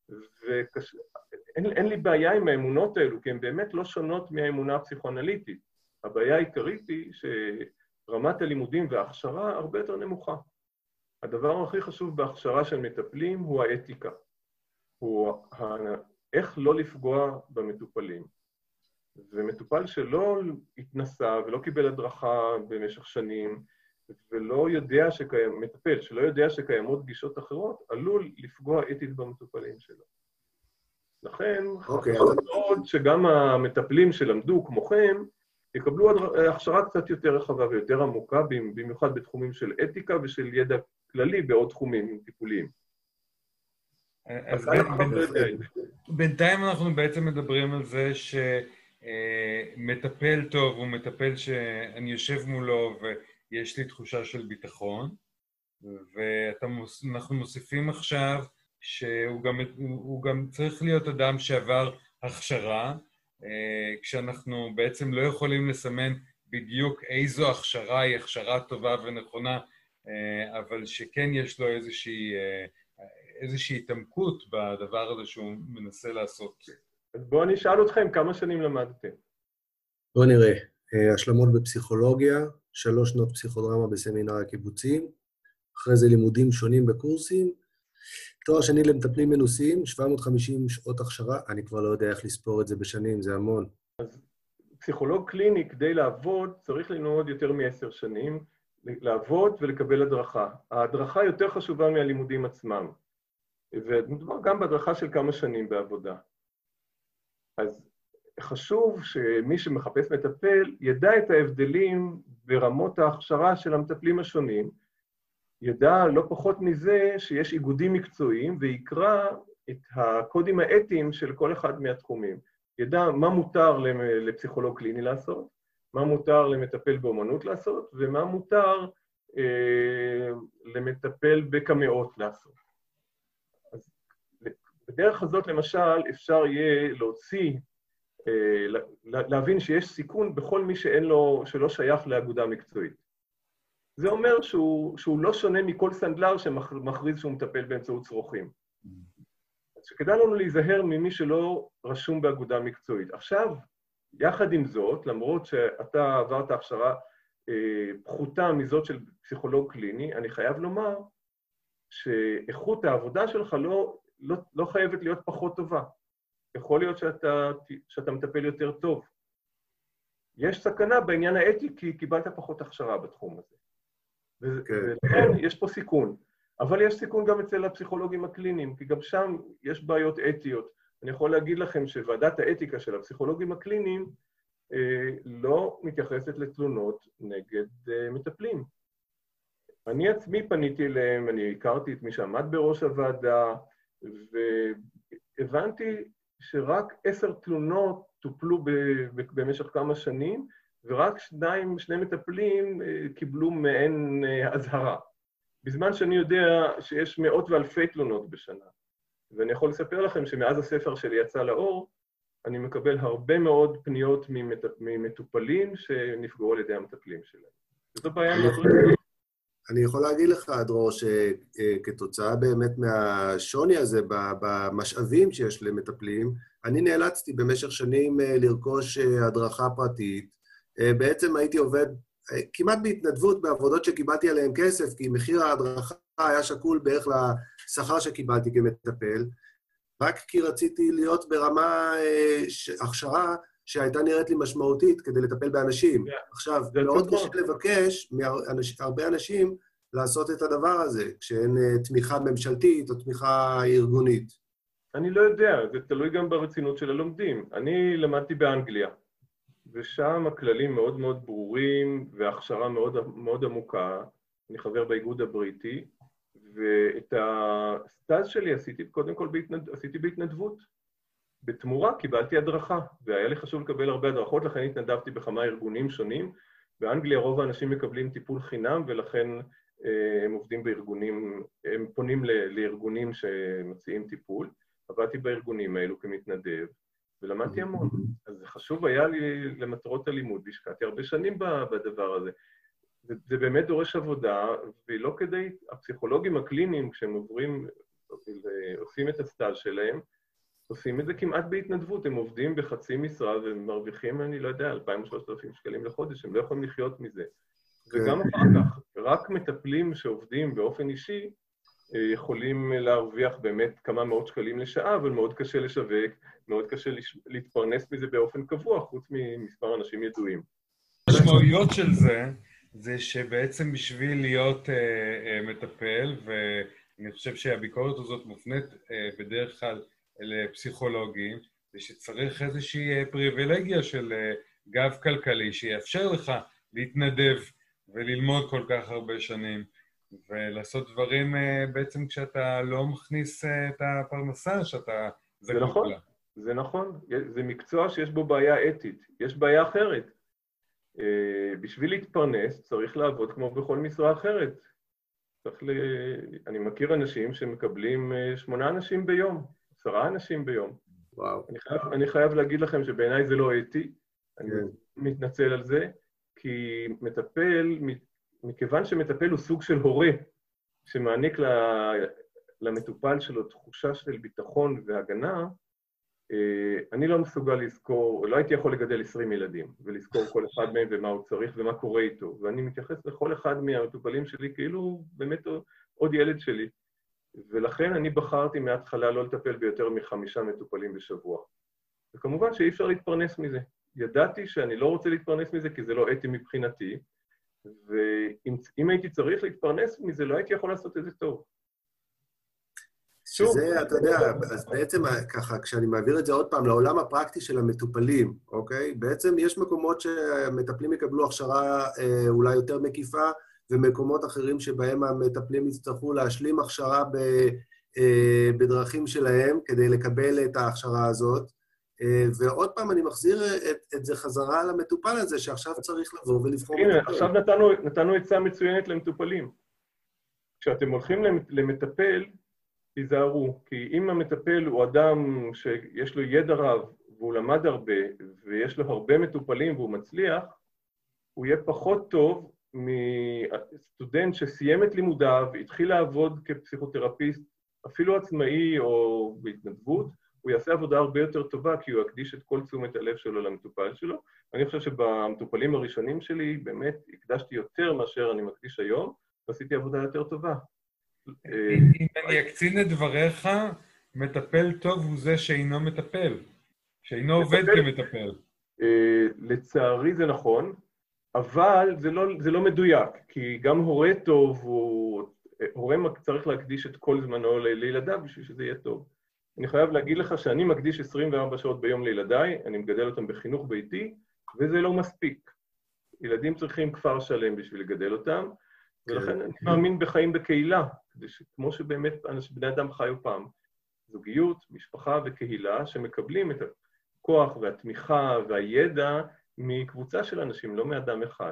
אין לי בעיה עם האמונות האלו, כי הן באמת לא שונות מהאמונה הפסיכואנליטית. הבעיה העיקרית היא שרמת הלימודים וההכשרה הרבה יותר נמוכה. הדבר הכי חשוב בהכשרה של מטפלים הוא האתיקה. הוא איך לא לפגוע במטופלים. ומטופל שלא התנסה ולא קיבל הדרכה במשך שנים, ולא יודע מטפל שלא יודע שקיימות גישות אחרות, עלול לפגוע אתית במטופלים שלו. לכן, חשוב מאוד שגם המטפלים שלמדו כמוכם, יקבלו הכשרה קצת יותר רחבה ויותר עמוקה, במיוחד בתחומים של אתיקה ושל ידע כללי בעוד תחומים טיפוליים. אז בינתיים אנחנו בעצם מדברים על זה שמטפל טוב הוא מטפל שאני יושב מולו ויש לי תחושה של ביטחון, ואנחנו מוסיפים עכשיו שהוא גם צריך להיות אדם שעבר הכשרה, כשאנחנו בעצם לא יכולים לסמן בדיוק איזו הכשרה היא הכשרה טובה ונכונה, אבל שכן יש לו איזושהי התעמקות בדבר הזה שהוא מנסה לעשות. אז בואו אני אשאל אתכם, כמה שנים למדתם? בואו נראה. השלמות בפסיכולוגיה, 3 שנות פסיכודרמה בסמינר הקיבוצים, אחרי זה לימודים שונים בקורסים, תואר שני למטפלים מנוסים, 750 שעות הכשרה, אני כבר לא יודע איך לספור את זה בשנים, זה המון. אז פסיכולוג קליני כדי לעבוד צריך ללמוד יותר מ10 שנים, לעבוד ולקבל הדרכה. ההדרכה יותר חשובה מהלימודים עצמם, ומדובר גם בהדרכה של כמה שנים בעבודה. אז חשוב שמי שמחפש מטפל ידע את ההבדלים ברמות ההכשרה של המטפלים השונים, ידע לא פחות מזה שיש איגודים מקצועיים ויקרא את הקודים האתיים של כל אחד מהתחומים. ידע מה מותר לפסיכולוג קליני לעשות, מה מותר למטפל באומנות לעשות, ומה מותר למטפל בקמאות לעשות. אז בדרך הזאת, למשל, אפשר יהיה להבין שיש סיכון בכל מי שלא שייך לאגודה מקצועית. זה אומר שהוא לא שונה מכל סנדלר שמכריז שהוא מטפל באמצעות צרוכים. אז שכדאי לנו להיזהר ממי שלא רשום באגודה מקצועית. עכשיו, יחד עם זאת, למרות שאתה עברת הכשרה פחותה מזאת של פסיכולוג קליני, אני חייב לומר שאיכות העבודה שלך לא חייבת להיות פחות טובה. יכול להיות שאתה מטפל יותר טוב. יש סכנה בעניין האתי כי קיבלת פחות הכשרה בתחום הזה. ולכן יש פה סיכון. אבל יש סיכון גם אצל הפסיכולוגים הקליניים, כי גם שם יש בעיות אתיות. אני יכול להגיד לכם שוועדת האתיקה של הפסיכולוגים הקליניים לא מתייחסת לתלונות נגד מטפלים. אני עצמי פניתי אליהם, אני הכרתי את מי שעמד בראש הוועדה, והבנתי שרק 10 תלונות טופלו במשך כמה שנים, ורק שני מטפלים קיבלו מעין אזהרה. בזמן שאני יודע שיש מאות ואלפי תלונות בשנה. ואני יכול לספר לכם שמאז הספר שלי יצא לאור, אני מקבל הרבה מאוד פניות ממטופלים שנפגעו על ידי המטפלים שלהם. זו בעיה מאוד רצינית. אני יכול להגיד לך, דרור, שכתוצאה באמת מהשוני הזה במשאבים שיש למטפלים, אני נאלצתי במשך שנים לרכוש הדרכה פרטית. בעצם הייתי עובד כמעט בהתנדבות בעבודות שקיבלתי עליהן כסף, כי מחיר ההדרכה היה שקול בערך לשכר שקיבלתי כמטפל, רק כי רציתי להיות ברמה הכשרה שהייתה נראית לי משמעותית כדי לטפל באנשים. עכשיו, מאוד קשה לבקש מהרבה אנשים לעשות את הדבר הזה, כשאין תמיכה ממשלתית או תמיכה ארגונית. אני לא יודע, זה תלוי גם ברצינות של הלומדים. אני למדתי באנגליה, ושם הכללים מאוד מאוד ברורים, וההכשרה מאוד מאוד עמוקה. אני חבר באיגוד הבריטי, ואת הסטאז' שלי עשיתי קודם כל בהתנדבות. בתמורה קיבלתי הדרכה, והיה לי חשוב לקבל הרבה הדרכות, לכן התנדבתי בכמה ארגונים שונים. באנגליה רוב האנשים מקבלים טיפול חינם, ולכן הם עובדים בארגונים, הם פונים לארגונים שמציעים טיפול. עבדתי בארגונים האלו כמתנדב, ולמדתי המון. אז זה חשוב היה לי למטרות הלימוד, והשקעתי הרבה שנים בדבר הזה. זה באמת דורש עבודה, ולא כדי, הפסיכולוגים הקליניים, כשהם עושים את הסטאז' שלהם, עושים את זה כמעט בהתנדבות, הם עובדים בחצי משרה ומרוויחים, אני לא יודע, 2,000 או 3,000 שקלים לחודש, הם לא יכולים לחיות מזה. וגם אחר כך, רק מטפלים שעובדים באופן אישי, יכולים להרוויח באמת כמה מאות שקלים לשעה, אבל מאוד קשה לשווק, מאוד קשה להתפרנס מזה באופן קבוע, חוץ ממספר אנשים ידועים. המשמעויות של זה שבעצם בשביל להיות מטפל, ואני חושב שהביקורת הזאת מופנית בדרך כלל לפסיכולוגים, זה שצריך איזושהי פריבילגיה של גב כלכלי, שיאפשר לך להתנדב וללמוד כל כך הרבה שנים, ולעשות דברים בעצם כשאתה לא מכניס את הפרנסה שאתה זקוק לה. נכון, זה נכון. זה מקצוע שיש בו בעיה אתית. יש בעיה אחרת. בשביל להתפרנס צריך לעבוד כמו בכל משרה אחרת. אני מכיר אנשים שמקבלים 8 אנשים ביום, 10 אנשים ביום. וואו. אני חייב להגיד לכם שבעיניי זה לא אתי. אני מתנצל על זה, כי מטפל, מכיוון שמטפל הוא סוג של הורה, שמעניק למטופל שלו תחושה של ביטחון והגנה, אני לא מסוגל לזכור, לא הייתי יכול לגדל 20 ילדים, ולזכור כל אחד מהם ומה הוא צריך ומה קורה איתו. ואני מתייחס לכל אחד מהמטופלים שלי כאילו באמת עוד ילד שלי. ולכן אני בחרתי מההתחלה לא לטפל ביותר מ5 מטופלים בשבוע. וכמובן שאי אפשר להתפרנס מזה. ידעתי שאני לא רוצה להתפרנס מזה כי זה לא אתי מבחינתי, ואם הייתי צריך להתפרנס מזה, לא הייתי יכול לעשות את זה טוב. שזה, אתה יודע, אז בעצם ככה, כשאני מעביר את זה עוד פעם לעולם הפרקטי של המטופלים, אוקיי? בעצם יש מקומות שהמטפלים יקבלו הכשרה אולי יותר מקיפה, ומקומות אחרים שבהם המטפלים יצטרכו להשלים הכשרה בדרכים שלהם, כדי לקבל את ההכשרה הזאת. ועוד פעם אני מחזיר את זה חזרה למטופל הזה, שעכשיו צריך לבוא ולבחור. הנה, עכשיו נתנו עצה מצוינת למטופלים. כשאתם הולכים למטפל, תיזהרו, כי אם המטפל הוא אדם שיש לו ידע רב, והוא למד הרבה, ויש לו הרבה מטופלים והוא מצליח, הוא יהיה פחות טוב מסטודנט שסיים את לימודיו והתחיל לעבוד כפסיכותרפיסט, אפילו עצמאי או בהתנדבות, הוא יעשה עבודה הרבה יותר טובה, כי הוא יקדיש את כל תשומת הלב שלו למטופל שלו. אני חושב שבמטופלים הראשונים שלי, באמת הקדשתי יותר מאשר אני מקדיש היום, ועשיתי עבודה יותר טובה. אם אני אקצין את דבריך, מטפל טוב הוא זה שאינו מטפל, שאינו עובד כמטפל. לצערי זה נכון, אבל זה לא מדויק, כי גם הורה טוב, הורה צריך להקדיש את כל זמנו לילדיו בשביל שזה יהיה טוב. אני חייב להגיד לך שאני מקדיש 24 שעות ביום לילדיי, אני מגדל אותם בחינוך ביתי, וזה לא מספיק. ילדים צריכים כפר שלם בשביל לגדל אותם, ולכן אני מאמין בחיים בקהילה, כדי שכמו שבאמת בני אדם חיו פעם, זוגיות, משפחה וקהילה, שמקבלים את הכוח והתמיכה והידע מקבוצה של אנשים, לא מאדם אחד.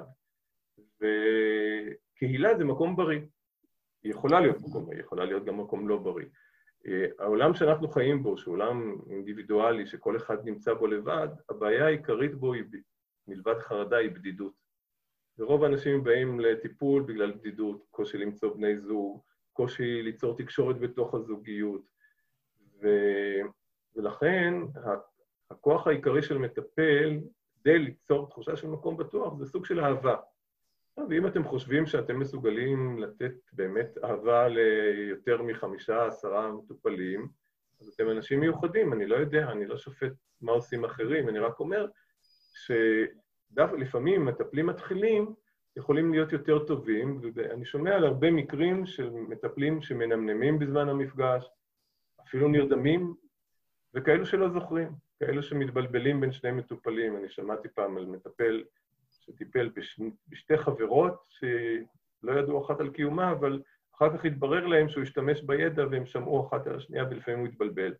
וקהילה זה מקום בריא. היא יכולה להיות מקום בריא, היא יכולה להיות גם מקום לא בריא. העולם שאנחנו חיים בו, שהוא עולם אינדיבידואלי, שכל אחד נמצא בו לבד, הבעיה העיקרית בו היא, מלבד חרדה, היא בדידות. ורוב האנשים באים לטיפול בגלל בדידות, קושי למצוא בני זוג, קושי ליצור תקשורת בתוך הזוגיות. ולכן הכוח העיקרי של מטפל, כדי ליצור תחושה של מקום בטוח, זה סוג של אהבה. ואם אתם חושבים שאתם מסוגלים לתת באמת אהבה ליותר מ5-10 מטופלים, אז אתם אנשים מיוחדים, אני לא יודע, אני לא שופט מה עושים אחרים, אני רק אומר שלפעמים מטפלים מתחילים יכולים להיות יותר טובים, ואני שומע על הרבה מקרים של מטפלים שמנמנמים בזמן המפגש, אפילו נרדמים, וכאלו שלא זוכרים, כאלו שמתבלבלים בין שני מטופלים. אני שמעתי פעם על מטפל שטיפל בשתי חברות שלא ידעו אחת על קיומה, אבל אחר כך התברר להם שהוא השתמש בידע והם שמעו אחת על השנייה ולפעמים הוא התבלבל.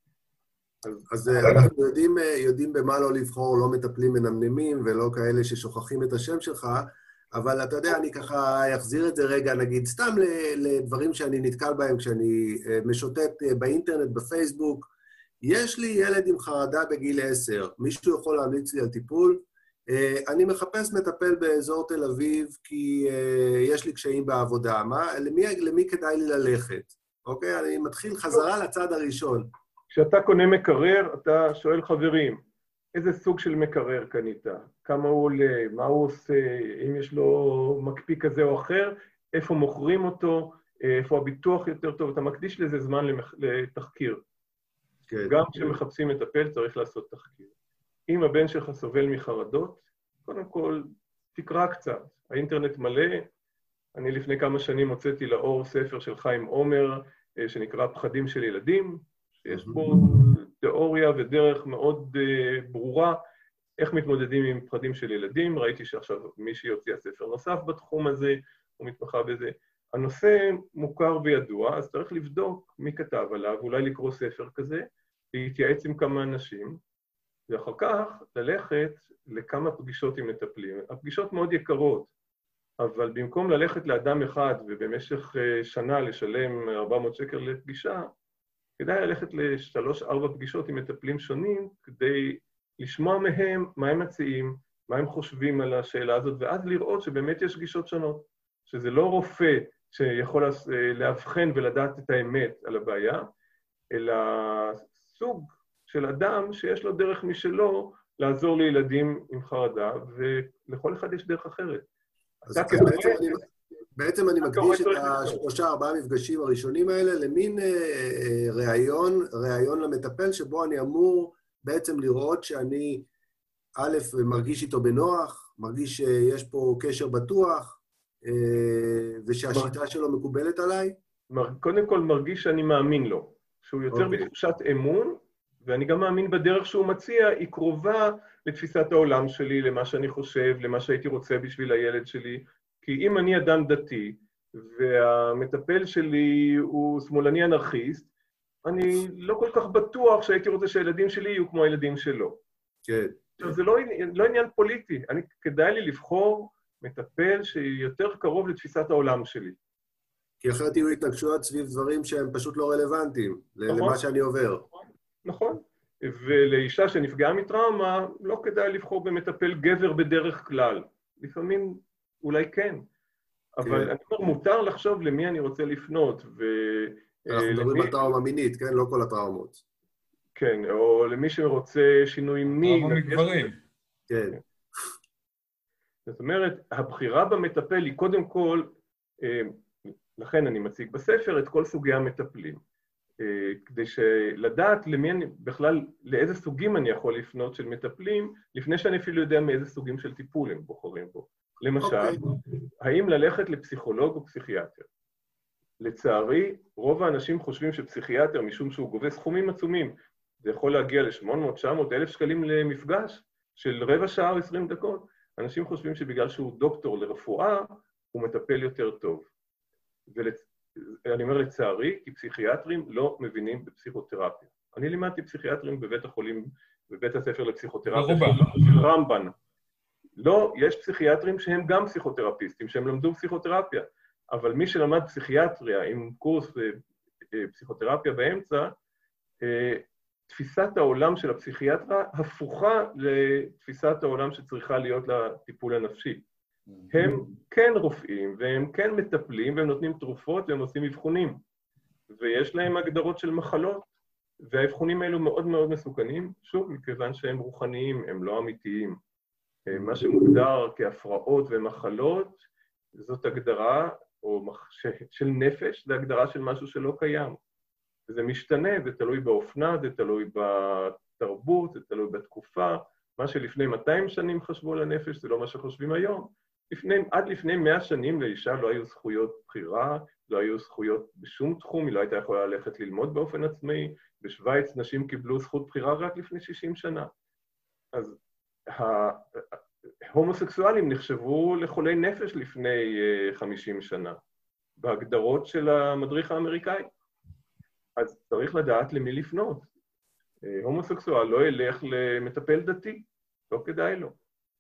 אז אנחנו יודעים במה לא לבחור, לא מטפלים מנמנמים ולא כאלה ששוכחים את השם שלך, אבל אתה יודע, אני ככה אחזיר את זה רגע, נגיד, סתם לדברים שאני נתקל בהם כשאני משוטט באינטרנט, בפייסבוק. יש לי ילד עם חרדה בגיל 10, מישהו יכול להמליץ לי על טיפול? אני מחפש מטפל באזור תל אביב כי יש לי קשיים בעבודה. למי כדאי לי ללכת? אוקיי? אני מתחיל חזרה לצד הראשון. כשאתה קונה מקרר, אתה שואל חברים, איזה סוג של מקרר קנית? כמה הוא עולה? מה הוא עושה? אם יש לו מקפיא כזה או אחר? איפה מוכרים אותו? איפה הביטוח יותר טוב? אתה מקדיש לזה זמן לתחקיר. כן. גם כשמחפשים מטפל צריך לעשות תחקיר. אם הבן שלך סובל מחרדות, קודם כל תקרא קצת. האינטרנט מלא. אני לפני כמה שנים הוצאתי לאור ספר של חיים עומר, שנקרא פחדים של ילדים, שיש בו תיאוריה ודרך מאוד ברורה איך מתמודדים עם פחדים של ילדים. ראיתי שעכשיו מישהי הוציאה ספר נוסף בתחום הזה, הוא מתמחה בזה. הנושא מוכר וידוע, אז צריך לבדוק מי כתב עליו, אולי לקרוא ספר כזה, להתייעץ עם כמה אנשים, ואחר כך ללכת לכמה פגישות עם מטפלים. הפגישות מאוד יקרות, אבל במקום ללכת לאדם אחד ובמשך שנה לשלם 400 שקל לפגישה, כדאי ללכת ל3-4 פגישות עם מטפלים שונים, כדי לשמוע מהם מה הם מציעים, מה הם חושבים על השאלה הזאת, ואז לראות שבאמת יש גישות שונות, שזה לא רופא שיכול להבחן ולדעת את האמת על הבעיה, אלא סוג של אדם שיש לו דרך משלו לעזור לילדים עם חרדה, ולכל אחד יש דרך אחרת. אז בעצם אני מקדיש את 3-4 מפגשים הראשונים האלה למין ראיון למטפל, שבו אני אמור בעצם לראות שאני, א', מרגיש איתו בנוח, מרגיש שיש פה קשר בטוח, ושהשיטה שלו מקובלת עליי. קודם כל מרגיש שאני מאמין לו, שהוא יותר בתחושת אמון, ואני גם מאמין בדרך שהוא מציע, היא קרובה לתפיסת העולם שלי, למה שאני חושב, למה שהייתי רוצה בשביל הילד שלי. כי אם אני אדם דתי, והמטפל שלי הוא שמאלני אנרכיסט, אני לא כל כך בטוח שהייתי רוצה שהילדים שלי יהיו כמו הילדים שלו. כן. זה לא עניין פוליטי. כדאי לי לבחור מטפל שיותר קרוב לתפיסת העולם שלי. כי אחרת יהיו התנגשויות סביב דברים שהם פשוט לא רלוונטיים, למה שאני עובר. נכון. ולאישה שנפגעה מטראומה, לא כדאי לבחור במטפל גבר בדרך כלל. לפעמים אולי כן. אבל אני אומר, מותר לחשוב למי אני רוצה לפנות. אנחנו מדברים על טראומה מינית, כן? לא כל הטראומות. כן, או למי שרוצה שינוי מין. טראומה מגברים. כן. זאת אומרת, הבחירה במטפל היא קודם כל, לכן אני מציג בספר את כל סוגי המטפלים, כדי לדעת למי אני, בכלל, לאיזה סוגים אני יכול לפנות של מטפלים, לפני שאני אפילו יודע מאיזה סוגים של טיפול הם בוחרים בו. למשל, האם ללכת לפסיכולוג או פסיכיאטר? לצערי, רוב האנשים חושבים שפסיכיאטר, משום שהוא גובה סכומים עצומים, זה יכול להגיע ל800, 900, 1,000 שקלים למפגש, של רבע שעה או 20 דקות, אנשים חושבים שבגלל שהוא דוקטור לרפואה, הוא מטפל יותר טוב. ואני אומר לצערי, כי פסיכיאטרים לא מבינים בפסיכותרפיה. אני לימדתי פסיכיאטרים בבית החולים, בבית הספר לפסיכותרפיה של רמב"ן. לא, יש פסיכיאטרים שהם גם פסיכותרפיסטים, שהם למדו פסיכותרפיה, אבל מי שלמד פסיכיאטריה עם קורס פסיכותרפיה באמצע, תפיסת העולם של הפסיכיאטרה הפוכה לתפיסת העולם שצריכה להיות לטיפול הנפשי. הם כן רופאים, והם כן מטפלים, והם נותנים תרופות, והם עושים אבחונים. ויש להם הגדרות של מחלות, והאבחונים האלו מאוד מאוד מסוכנים, שוב, מכיוון שהם רוחניים, הם לא אמיתיים. מה שמוגדר כהפרעות ומחלות, זאת הגדרה של נפש, זה הגדרה של משהו שלא קיים. וזה משתנה, זה תלוי באופנה, זה תלוי בתרבות, זה תלוי בתקופה. מה שלפני 200 שנים חשבו על הנפש, זה לא מה שחושבים היום. עד לפני 100 שנים לאישה לא היו זכויות בחירה, לא היו זכויות בשום תחום, היא לא הייתה יכולה ללכת ללמוד באופן עצמאי. בשוויץ נשים קיבלו זכות בחירה רק לפני 60 שנה. אז ההומוסקסואלים נחשבו לחולי נפש לפני 50 שנה, בהגדרות של המדריך האמריקאי. אז צריך לדעת למי לפנות. הומוסקסואל לא ילך למטפל דתי, לא כדאי לו.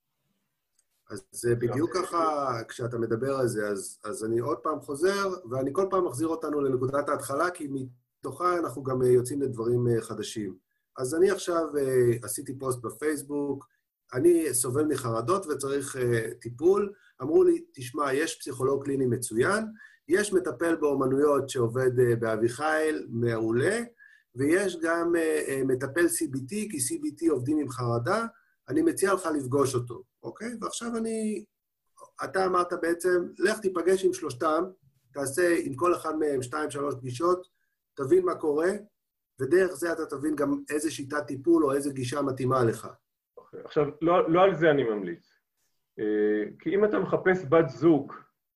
אז זה בדיוק ככה, כשאתה מדבר על זה, אז אני עוד פעם חוזר, ואני כל פעם מחזיר אותנו לנקודת ההתחלה, כי מתוכה אנחנו גם יוצאים לדברים חדשים. אז אני עכשיו עשיתי פוסט בפייסבוק, אני סובל מחרדות וצריך טיפול. אמרו לי, תשמע, יש פסיכולוג קליני מצוין, יש מטפל באומנויות שעובד באביחיל מעולה, ויש גם מטפל CBT, כי CBT עובדים עם חרדה, אני מציע לך לפגוש אותו, אוקיי? ועכשיו אתה אמרת בעצם, לך תיפגש עם שלושתם, תעשה עם כל אחד מהם 2-3 פגישות, תבין מה קורה, ודרך זה אתה תבין גם איזה שיטת טיפול או איזה גישה מתאימה לך. עכשיו, לא על זה אני ממליץ. כי אם אתה מחפש בת זוג,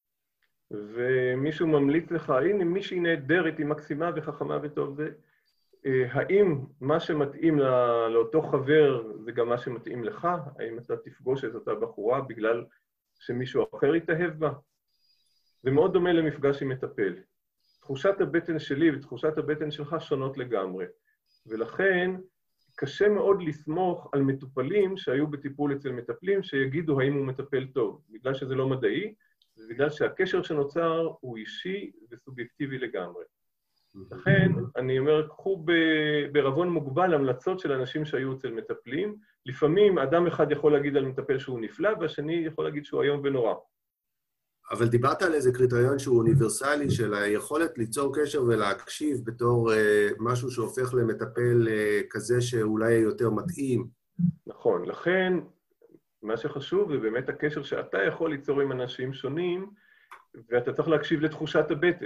ומישהו ממליץ לך, הנה מישהי נהדרת, היא מקסימה וחכמה וטוב זה, האם מה שמתאים לאותו חבר זה גם מה שמתאים לך? האם אתה תפגוש את אותה בחורה בגלל שמישהו אחר יתאהב בה? זה מאוד דומה למפגש עם מטפל. תחושת הבטן שלי ותחושת הבטן שלך שונות לגמרי. ולכן קשה מאוד לסמוך על מטופלים שהיו בטיפול אצל מטפלים שיגידו האם הוא מטפל טוב, בגלל שזה לא מדעי, ובגלל שהקשר שנוצר הוא אישי וסובייקטיבי לגמרי. לכן, אני אומר, קחו בערבון מוגבל המלצות של אנשים שהיו אצל מטפלים. לפעמים אדם אחד יכול להגיד על מטפל שהוא נפלא, והשני יכול להגיד שהוא איום ונורא. אבל דיברת על איזה קריטריון שהוא אוניברסלי של היכולת ליצור קשר ולהקשיב בתור משהו שהופך למטפל כזה שאולי יותר מתאים. נכון, לכן מה שחשוב זה באמת הקשר שאתה יכול ליצור עם אנשים שונים, ואתה צריך להקשיב לתחושת הבטן.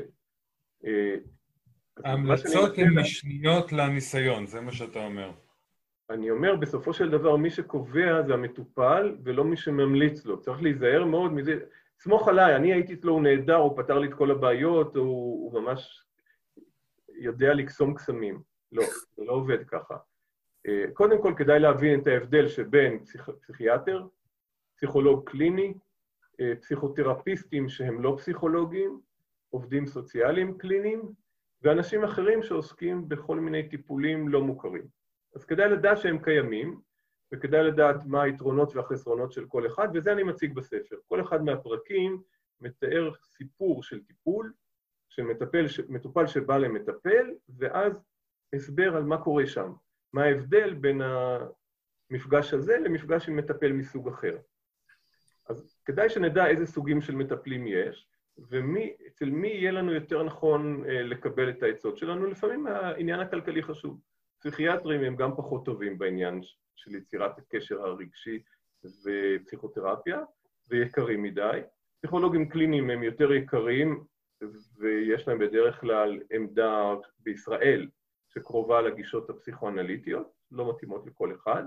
ההמלצות הן משניות לניסיון, זה מה שאתה אומר. אני אומר, בסופו של דבר, מי שקובע זה המטופל, ולא מי שממליץ לו. צריך להיזהר מאוד מזה. סמוך עליי, אני הייתי אצלו, הוא נהדר, הוא פתר לי את כל הבעיות, הוא ממש יודע לקסום קסמים. לא, זה לא עובד ככה. קודם כל, כדאי להבין את ההבדל שבין פסיכיאטר, פסיכולוג קליני, פסיכותרפיסטים שהם לא פסיכולוגים, עובדים סוציאליים קליניים, ואנשים אחרים שעוסקים בכל מיני טיפולים לא מוכרים. אז כדאי לדעת שהם קיימים, וכדאי לדעת מה היתרונות והחסרונות של כל אחד, וזה אני מציג בספר. כל אחד מהפרקים מתאר סיפור של טיפול, של מטופל שבא למטפל, ואז הסבר על מה קורה שם. מה ההבדל בין המפגש הזה למפגש עם מטפל מסוג אחר. אז כדאי שנדע איזה סוגים של מטפלים יש, ואצל מי יהיה לנו יותר נכון לקבל את העצות שלנו. לפעמים העניין הכלכלי חשוב. פסיכיאטרים הם גם פחות טובים בעניין של יצירת הקשר הרגשי ופסיכותרפיה, ויקרים מדי. פסיכולוגים קליניים הם יותר יקרים, ויש להם בדרך כלל עמדה בישראל שקרובה לגישות הפסיכואנליטיות, לא מתאימות לכל אחד.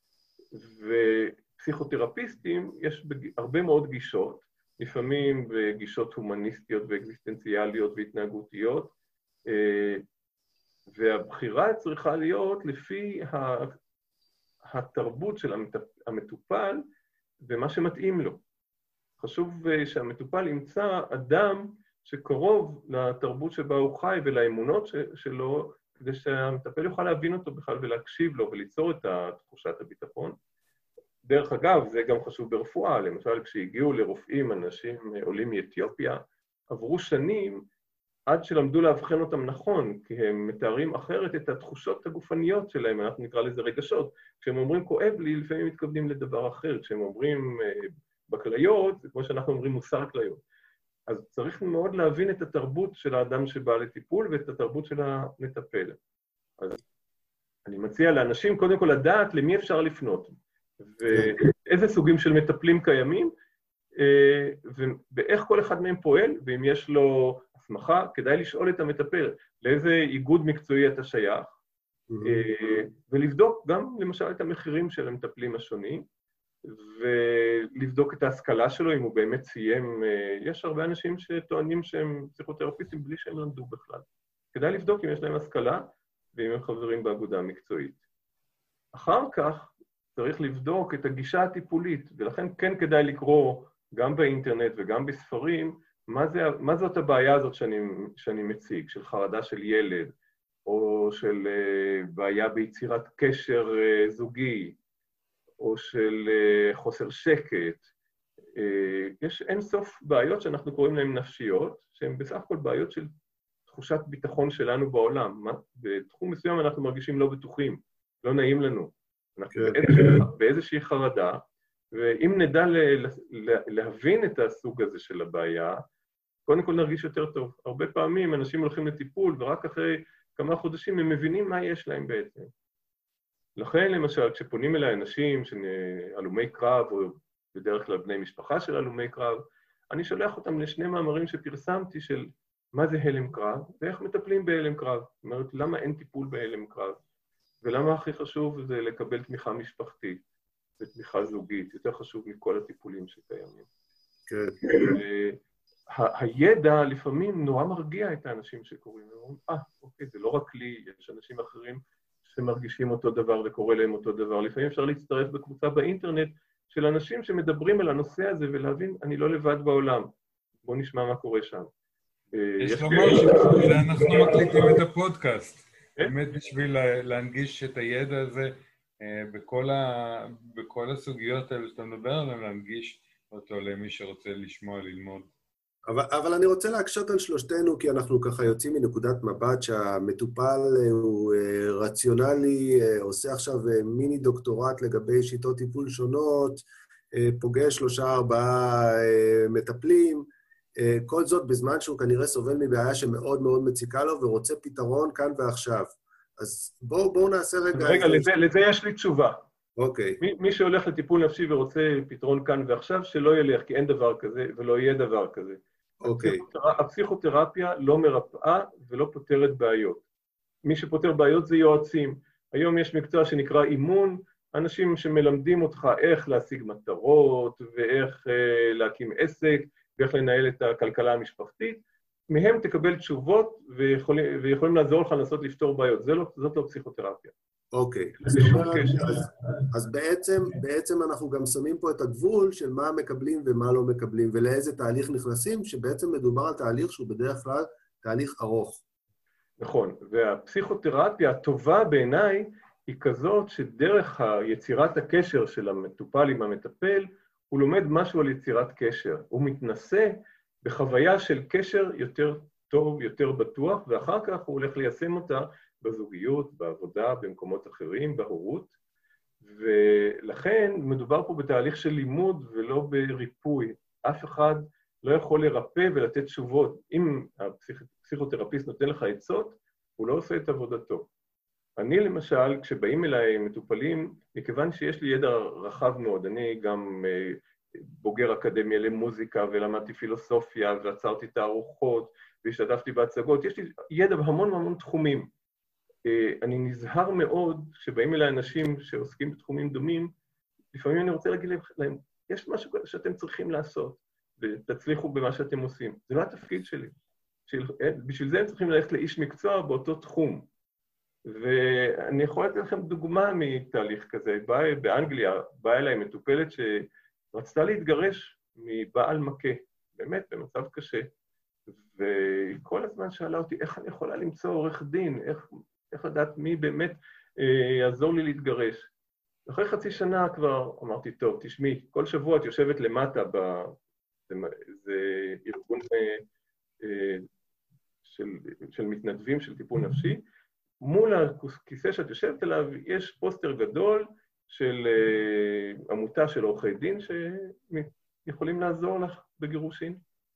ופסיכותרפיסטים יש הרבה מאוד גישות, לפעמים בגישות הומניסטיות ואקזיסטנציאליות והתנהגותיות, והבחירה צריכה להיות לפי התרבות של המטופל ומה שמתאים לו. חשוב שהמטופל ימצא אדם שקרוב לתרבות שבה הוא חי ולאמונות שלו, כדי שהמטפל יוכל להבין אותו בכלל ולהקשיב לו וליצור את תחושת הביטחון. דרך אגב, זה גם חשוב ברפואה, למשל כשהגיעו לרופאים אנשים עולים מאתיופיה, עברו שנים עד שלמדו להבחן אותם נכון, כי הם מתארים אחרת את התחושות הגופניות שלהם, אנחנו נקרא לזה רגשות. כשהם אומרים כואב לי, לפעמים מתכוונים לדבר אחר, כשהם אומרים בכליות, זה כמו שאנחנו אומרים מוסר כליות. אז צריך מאוד להבין את התרבות של האדם שבא לטיפול ואת התרבות של המטפל. אז אני מציע לאנשים קודם כל לדעת למי אפשר לפנות, ואיזה סוגים של מטפלים קיימים, ואיך כל אחד מהם פועל, ואם יש לו הסמכה, כדאי לשאול את המטפל לאיזה איגוד מקצועי אתה שייך, ולבדוק גם למשל את המחירים של המטפלים השונים, ולבדוק את ההשכלה שלו, אם הוא באמת סיים. יש הרבה אנשים שטוענים שהם פסיכותרפיסטים בלי שהם למדו בכלל. כדאי לבדוק אם יש להם השכלה, ואם הם חברים באגודה המקצועית. אחר כך צריך לבדוק את הגישה הטיפולית, ולכן כן כדאי לקרוא גם באינטרנט וגם בספרים, מה זאת הבעיה הזאת שאני מציג, של חרדה של ילד, או של בעיה ביצירת קשר זוגי, או של חוסר שקט. יש אין סוף בעיות שאנחנו קוראים להן נפשיות, שהן בסך הכל בעיות של תחושת ביטחון שלנו בעולם. בתחום מסוים אנחנו מרגישים לא בטוחים, לא נעים לנו. אנחנו באיזושהי חרדה, ואם נדע להבין את הסוג הזה של הבעיה, קודם כל נרגיש יותר טוב. הרבה פעמים אנשים הולכים לטיפול, ורק אחרי כמה חודשים הם מבינים מה יש להם בעצם. לכן, למשל, כשפונים אליי אנשים הלומי קרב, או בדרך כלל בני משפחה של הלומי קרב, אני שולח אותם לשני מאמרים שפרסמתי של מה זה הלם קרב, ואיך מטפלים בהלם קרב. זאת אומרת, למה אין טיפול בהלם קרב? ולמה הכי חשוב זה לקבל תמיכה משפחתית ותמיכה זוגית, יותר חשוב מכל הטיפולים שקיימים. כן. הידע לפעמים נורא מרגיע את האנשים שקוראים, ואומרים, אוקיי, זה לא רק לי, יש אנשים אחרים שמרגישים אותו דבר וקורא להם אותו דבר. לפעמים אפשר להצטרף בקבוצה באינטרנט של אנשים שמדברים על הנושא הזה ולהבין, אני לא לבד בעולם. בואו נשמע מה קורה שם. יש לומר שאנחנו מקליטים את הפודקאסט. באמת בשביל להנגיש את הידע הזה בכל הסוגיות האלה שאתה מדבר עליהן, להנגיש אותו למי שרוצה לשמוע, ללמוד. אבל אני רוצה להקשות על שלושתנו, כי אנחנו ככה יוצאים מנקודת מבט שהמטופל הוא רציונלי, עושה עכשיו מיני דוקטורט לגבי שיטות טיפול שונות, פוגש 3-4 מטפלים, כל זאת בזמן שהוא כנראה סובל מבעיה שמאוד מאוד מציקה לו ורוצה פתרון כאן ועכשיו. אז בואו נעשה רגע... רגע, לזה יש לי תשובה. אוקיי. מי שהולך לטיפול נפשי ורוצה פתרון כאן ועכשיו, שלא ילך, כי אין דבר כזה ולא יהיה דבר כזה. אוקיי. הפסיכותרפיה לא מרפאה ולא פותרת בעיות. מי שפותר בעיות זה יועצים. היום יש מקצוע שנקרא אימון, אנשים שמלמדים אותך איך להשיג מטרות ואיך להקים עסק ואיך לנהל את הכלכלה המשפחתית. מהם תקבל תשובות ויכולים לעזור לך לנסות לפתור בעיות. זאת לא פסיכותרפיה. אוקיי. אז בעצם אנחנו גם שמים פה את הגבול של מה מקבלים ומה לא מקבלים, ולאיזה תהליך נכנסים, שבעצם מדובר על תהליך שהוא בדרך כלל תהליך ארוך. נכון, והפסיכותרפיה הטובה בעיניי היא כזאת שדרך יצירת הקשר של המטופל עם המטפל, הוא לומד משהו על יצירת קשר. הוא מתנסה בחוויה של קשר יותר טוב, יותר בטוח, ואחר כך הוא הולך ליישם אותה בזוגיות, בעבודה, במקומות אחרים, בהורות, ולכן מדובר פה בתהליך של לימוד ולא בריפוי. אף אחד לא יכול לרפא ולתת תשובות. אם הפסיכותרפיסט נותן לך עצות, הוא לא עושה את עבודתו. אני למשל, כשבאים אליי מטופלים, מכיוון שיש לי ידע רחב מאוד, אני גם בוגר אקדמיה למוזיקה ולמדתי פילוסופיה ועצרתי תערוכות והשתתפתי בהצגות, יש לי ידע בהמון תחומים. אני נזהר מאוד שבאים אליי אנשים שעוסקים בתחומים דומים, לפעמים אני רוצה להגיד להם, יש משהו שאתם צריכים לעשות, ותצליחו במה שאתם עושים. זה לא התפקיד שלי. בשביל זה הם צריכים ללכת לאיש מקצוע באותו תחום. ואני יכול לתת לכם דוגמה מתהליך כזה. באנגליה באה אליי מטופלת שרצתה להתגרש מבעל מכה, באמת במצב קשה, וכל הזמן שאלה אותי איך אני יכולה למצוא עורך דין, איך לדעת מי באמת יעזור לי להתגרש. אחרי חצי שנה כבר אמרתי, טוב, תשמעי, כל שבוע את יושבת למטה, זה ארגון של מתנדבים של טיפול נפשי, מול הכיסא שאת יושבת עליו יש פוסטר גדול של עמותה של עורכי דין שיכולים לעזור לך בגירושין.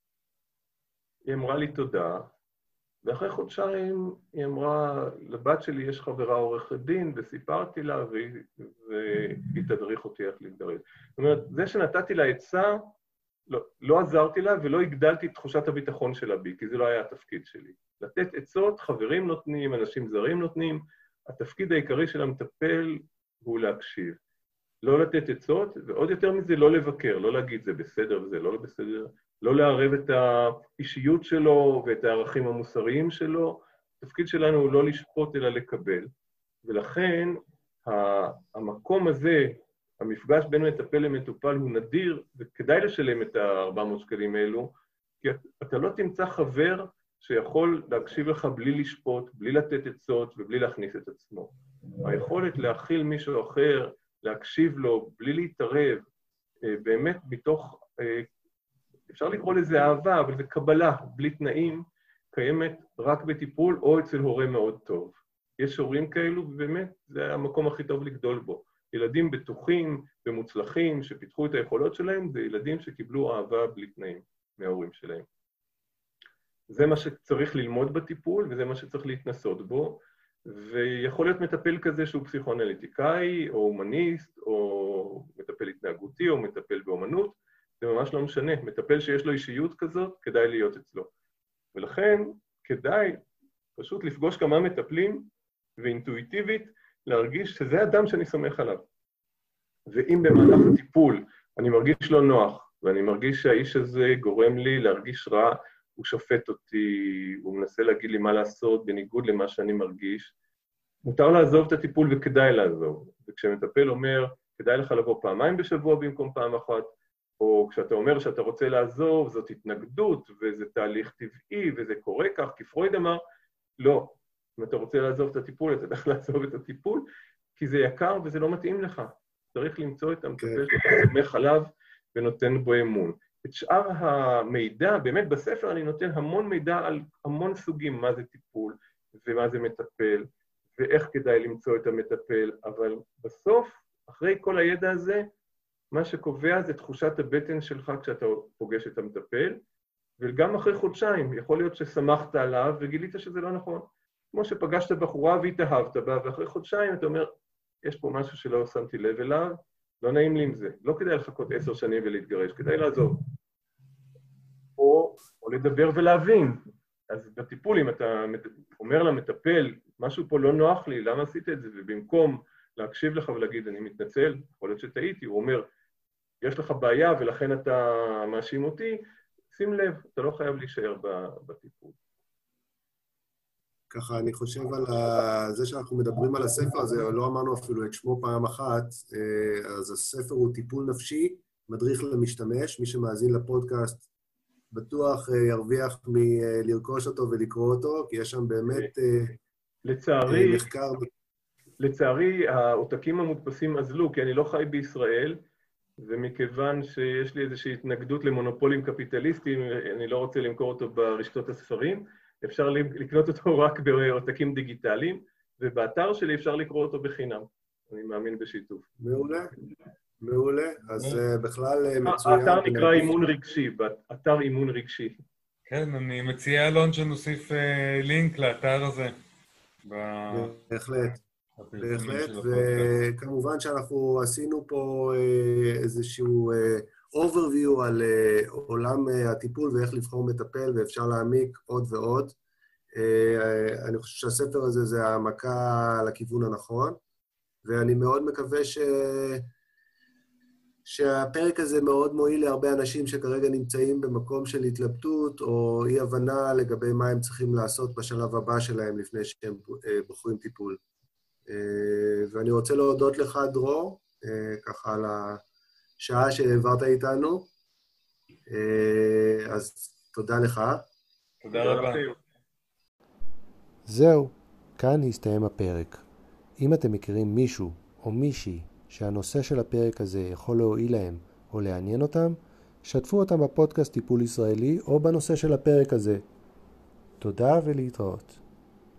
היא אמרה לי תודה, ואחרי חודשיים היא אמרה, לבת שלי יש חברה עורכת דין, וסיפרתי לה, והיא תדריך אותי איך להתגרש. זאת אומרת, זה שנתתי לה עצה, לא עזרתי לה ולא הגדלתי את תחושת הביטחון שלה בי, כי זה לא היה התפקיד שלי. לתת עצות, חברים נותנים, אנשים זרים נותנים, התפקיד העיקרי של המטפל הוא להקשיב. לא לתת עצות, ועוד יותר מזה לא לבקר, לא להגיד זה בסדר וזה לא בסדר, לא לערב את האישיות שלו ואת הערכים המוסריים שלו. התפקיד שלנו הוא לא לשפוט אלא לקבל. ולכן המקום הזה, המפגש בין מטפל למטופל הוא נדיר, וכדאי לשלם את ה-400 שקלים האלו, כי אתה לא תמצא חבר שיכול להקשיב לך בלי לשפוט, בלי לתת עצות ובלי להכניס את עצמו. היכולת להכיל מישהו אחר, להקשיב לו בלי להתערב, באמת מתוך, אפשר לקרוא לזה אהבה, אבל זה קבלה, בלי תנאים, קיימת רק בטיפול או אצל הורה מאוד טוב. יש הורים כאלו, ובאמת זה המקום הכי טוב לגדול בו. ילדים בטוחים ומוצלחים שפיתחו את היכולות שלהם, זה ילדים שקיבלו אהבה בלי תנאים מההורים שלהם. זה מה שצריך ללמוד בטיפול, וזה מה שצריך להתנסות בו, ויכול להיות מטפל כזה שהוא פסיכואנליטיקאי, או אומניסט, או מטפל התנהגותי, או מטפל באומנות, זה ממש לא משנה. מטפל שיש לו אישיות כזאת, כדאי להיות אצלו. ולכן כדאי פשוט לפגוש כמה מטפלים, ואינטואיטיבית להרגיש שזה אדם שאני סומך עליו. ואם במהלך הטיפול אני מרגיש לא נוח, ואני מרגיש שהאיש הזה גורם לי להרגיש רע, הוא שופט אותי, הוא מנסה להגיד לי מה לעשות בניגוד למה שאני מרגיש, מותר לעזוב את הטיפול וכדאי לעזוב. וכשמטפל אומר, כדאי לך לבוא פעמיים בשבוע במקום פעם אחת, או כשאתה אומר שאתה רוצה לעזוב, זאת התנגדות, וזה תהליך טבעי, וזה קורה כך, כי פרויד אמר, לא, אם אתה רוצה לעזוב את הטיפול, אתה צריך לעזוב את הטיפול, כי זה יקר וזה לא מתאים לך. צריך למצוא את המטפל שאתה סומך עליו ונותן בו אמון. את שאר המידע, באמת בספר אני נותן המון מידע על המון סוגים, מה זה טיפול ומה זה מטפל, ואיך כדאי למצוא את המטפל, אבל בסוף, אחרי כל הידע הזה, מה שקובע זה תחושת הבטן שלך כשאתה פוגש את המטפל, וגם אחרי חודשיים, יכול להיות ששמחת עליו וגילית שזה לא נכון. כמו שפגשת בחורה והתאהבת בה, ואחרי חודשיים אתה אומר, יש פה משהו שלא שמתי לב אליו, לא נעים לי עם זה. לא כדאי לחכות 10 שנים ולהתגרש, כדאי לעזוב. או לדבר ולהבין. אז בטיפול, אם אתה אומר למטפל, משהו פה לא נוח לי, למה עשית את זה? ובמקום להקשיב לך ולהגיד, אני מתנצל, יכול להיות שטעיתי, הוא אומר, יש לך בעיה ולכן אתה מאשים אותי, שים לב, אתה לא חייב להישאר בטיפול. ככה, אני חושב על זה שאנחנו מדברים על הספר הזה, לא אמרנו אפילו את שמו פעם אחת, אז הספר הוא טיפול נפשי, מדריך למשתמש, מי שמאזין לפודקאסט בטוח ירוויח מלרכוש אותו ולקרוא אותו, כי יש שם באמת מחקר. לצערי, העותקים המודפסים אזלו, כי אני לא חי בישראל, ומכיוון שיש לי איזושהי התנגדות למונופולים קפיטליסטיים, אני לא רוצה למכור אותו ברשתות הספרים, אפשר לקנות אותו רק בעותקים דיגיטליים, ובאתר שלי אפשר לקרוא אותו בחינם. אני מאמין בשיתוף. מעולה, מעולה. אז בכלל מצוין. האתר נקרא אימון רגשי, באתר אימון רגשי. כן, אני מציע אלון שנוסיף לינק לאתר הזה. בהחלט. בהחלט, וכמובן שאנחנו עשינו פה איזשהו overview על עולם הטיפול ואיך לבחור מטפל, ואפשר להעמיק עוד ועוד. אני חושב שהספר הזה זה העמקה לכיוון הנכון, ואני מאוד מקווה שהפרק הזה מאוד מועיל להרבה אנשים שכרגע נמצאים במקום של התלבטות או אי הבנה לגבי מה הם צריכים לעשות בשלב הבא שלהם לפני שהם בוחרים טיפול. ואני רוצה להודות לך, דרור, ככה על השעה שהעברת איתנו. אז תודה לך. תודה רבה. זהו, כאן הסתיים הפרק. אם אתם מכירים מישהו או מישהי שהנושא של הפרק הזה יכול להועיל להם או לעניין אותם, שתפו אותם בפודקאסט טיפול ישראלי או בנושא של הפרק הזה. תודה ולהתראות.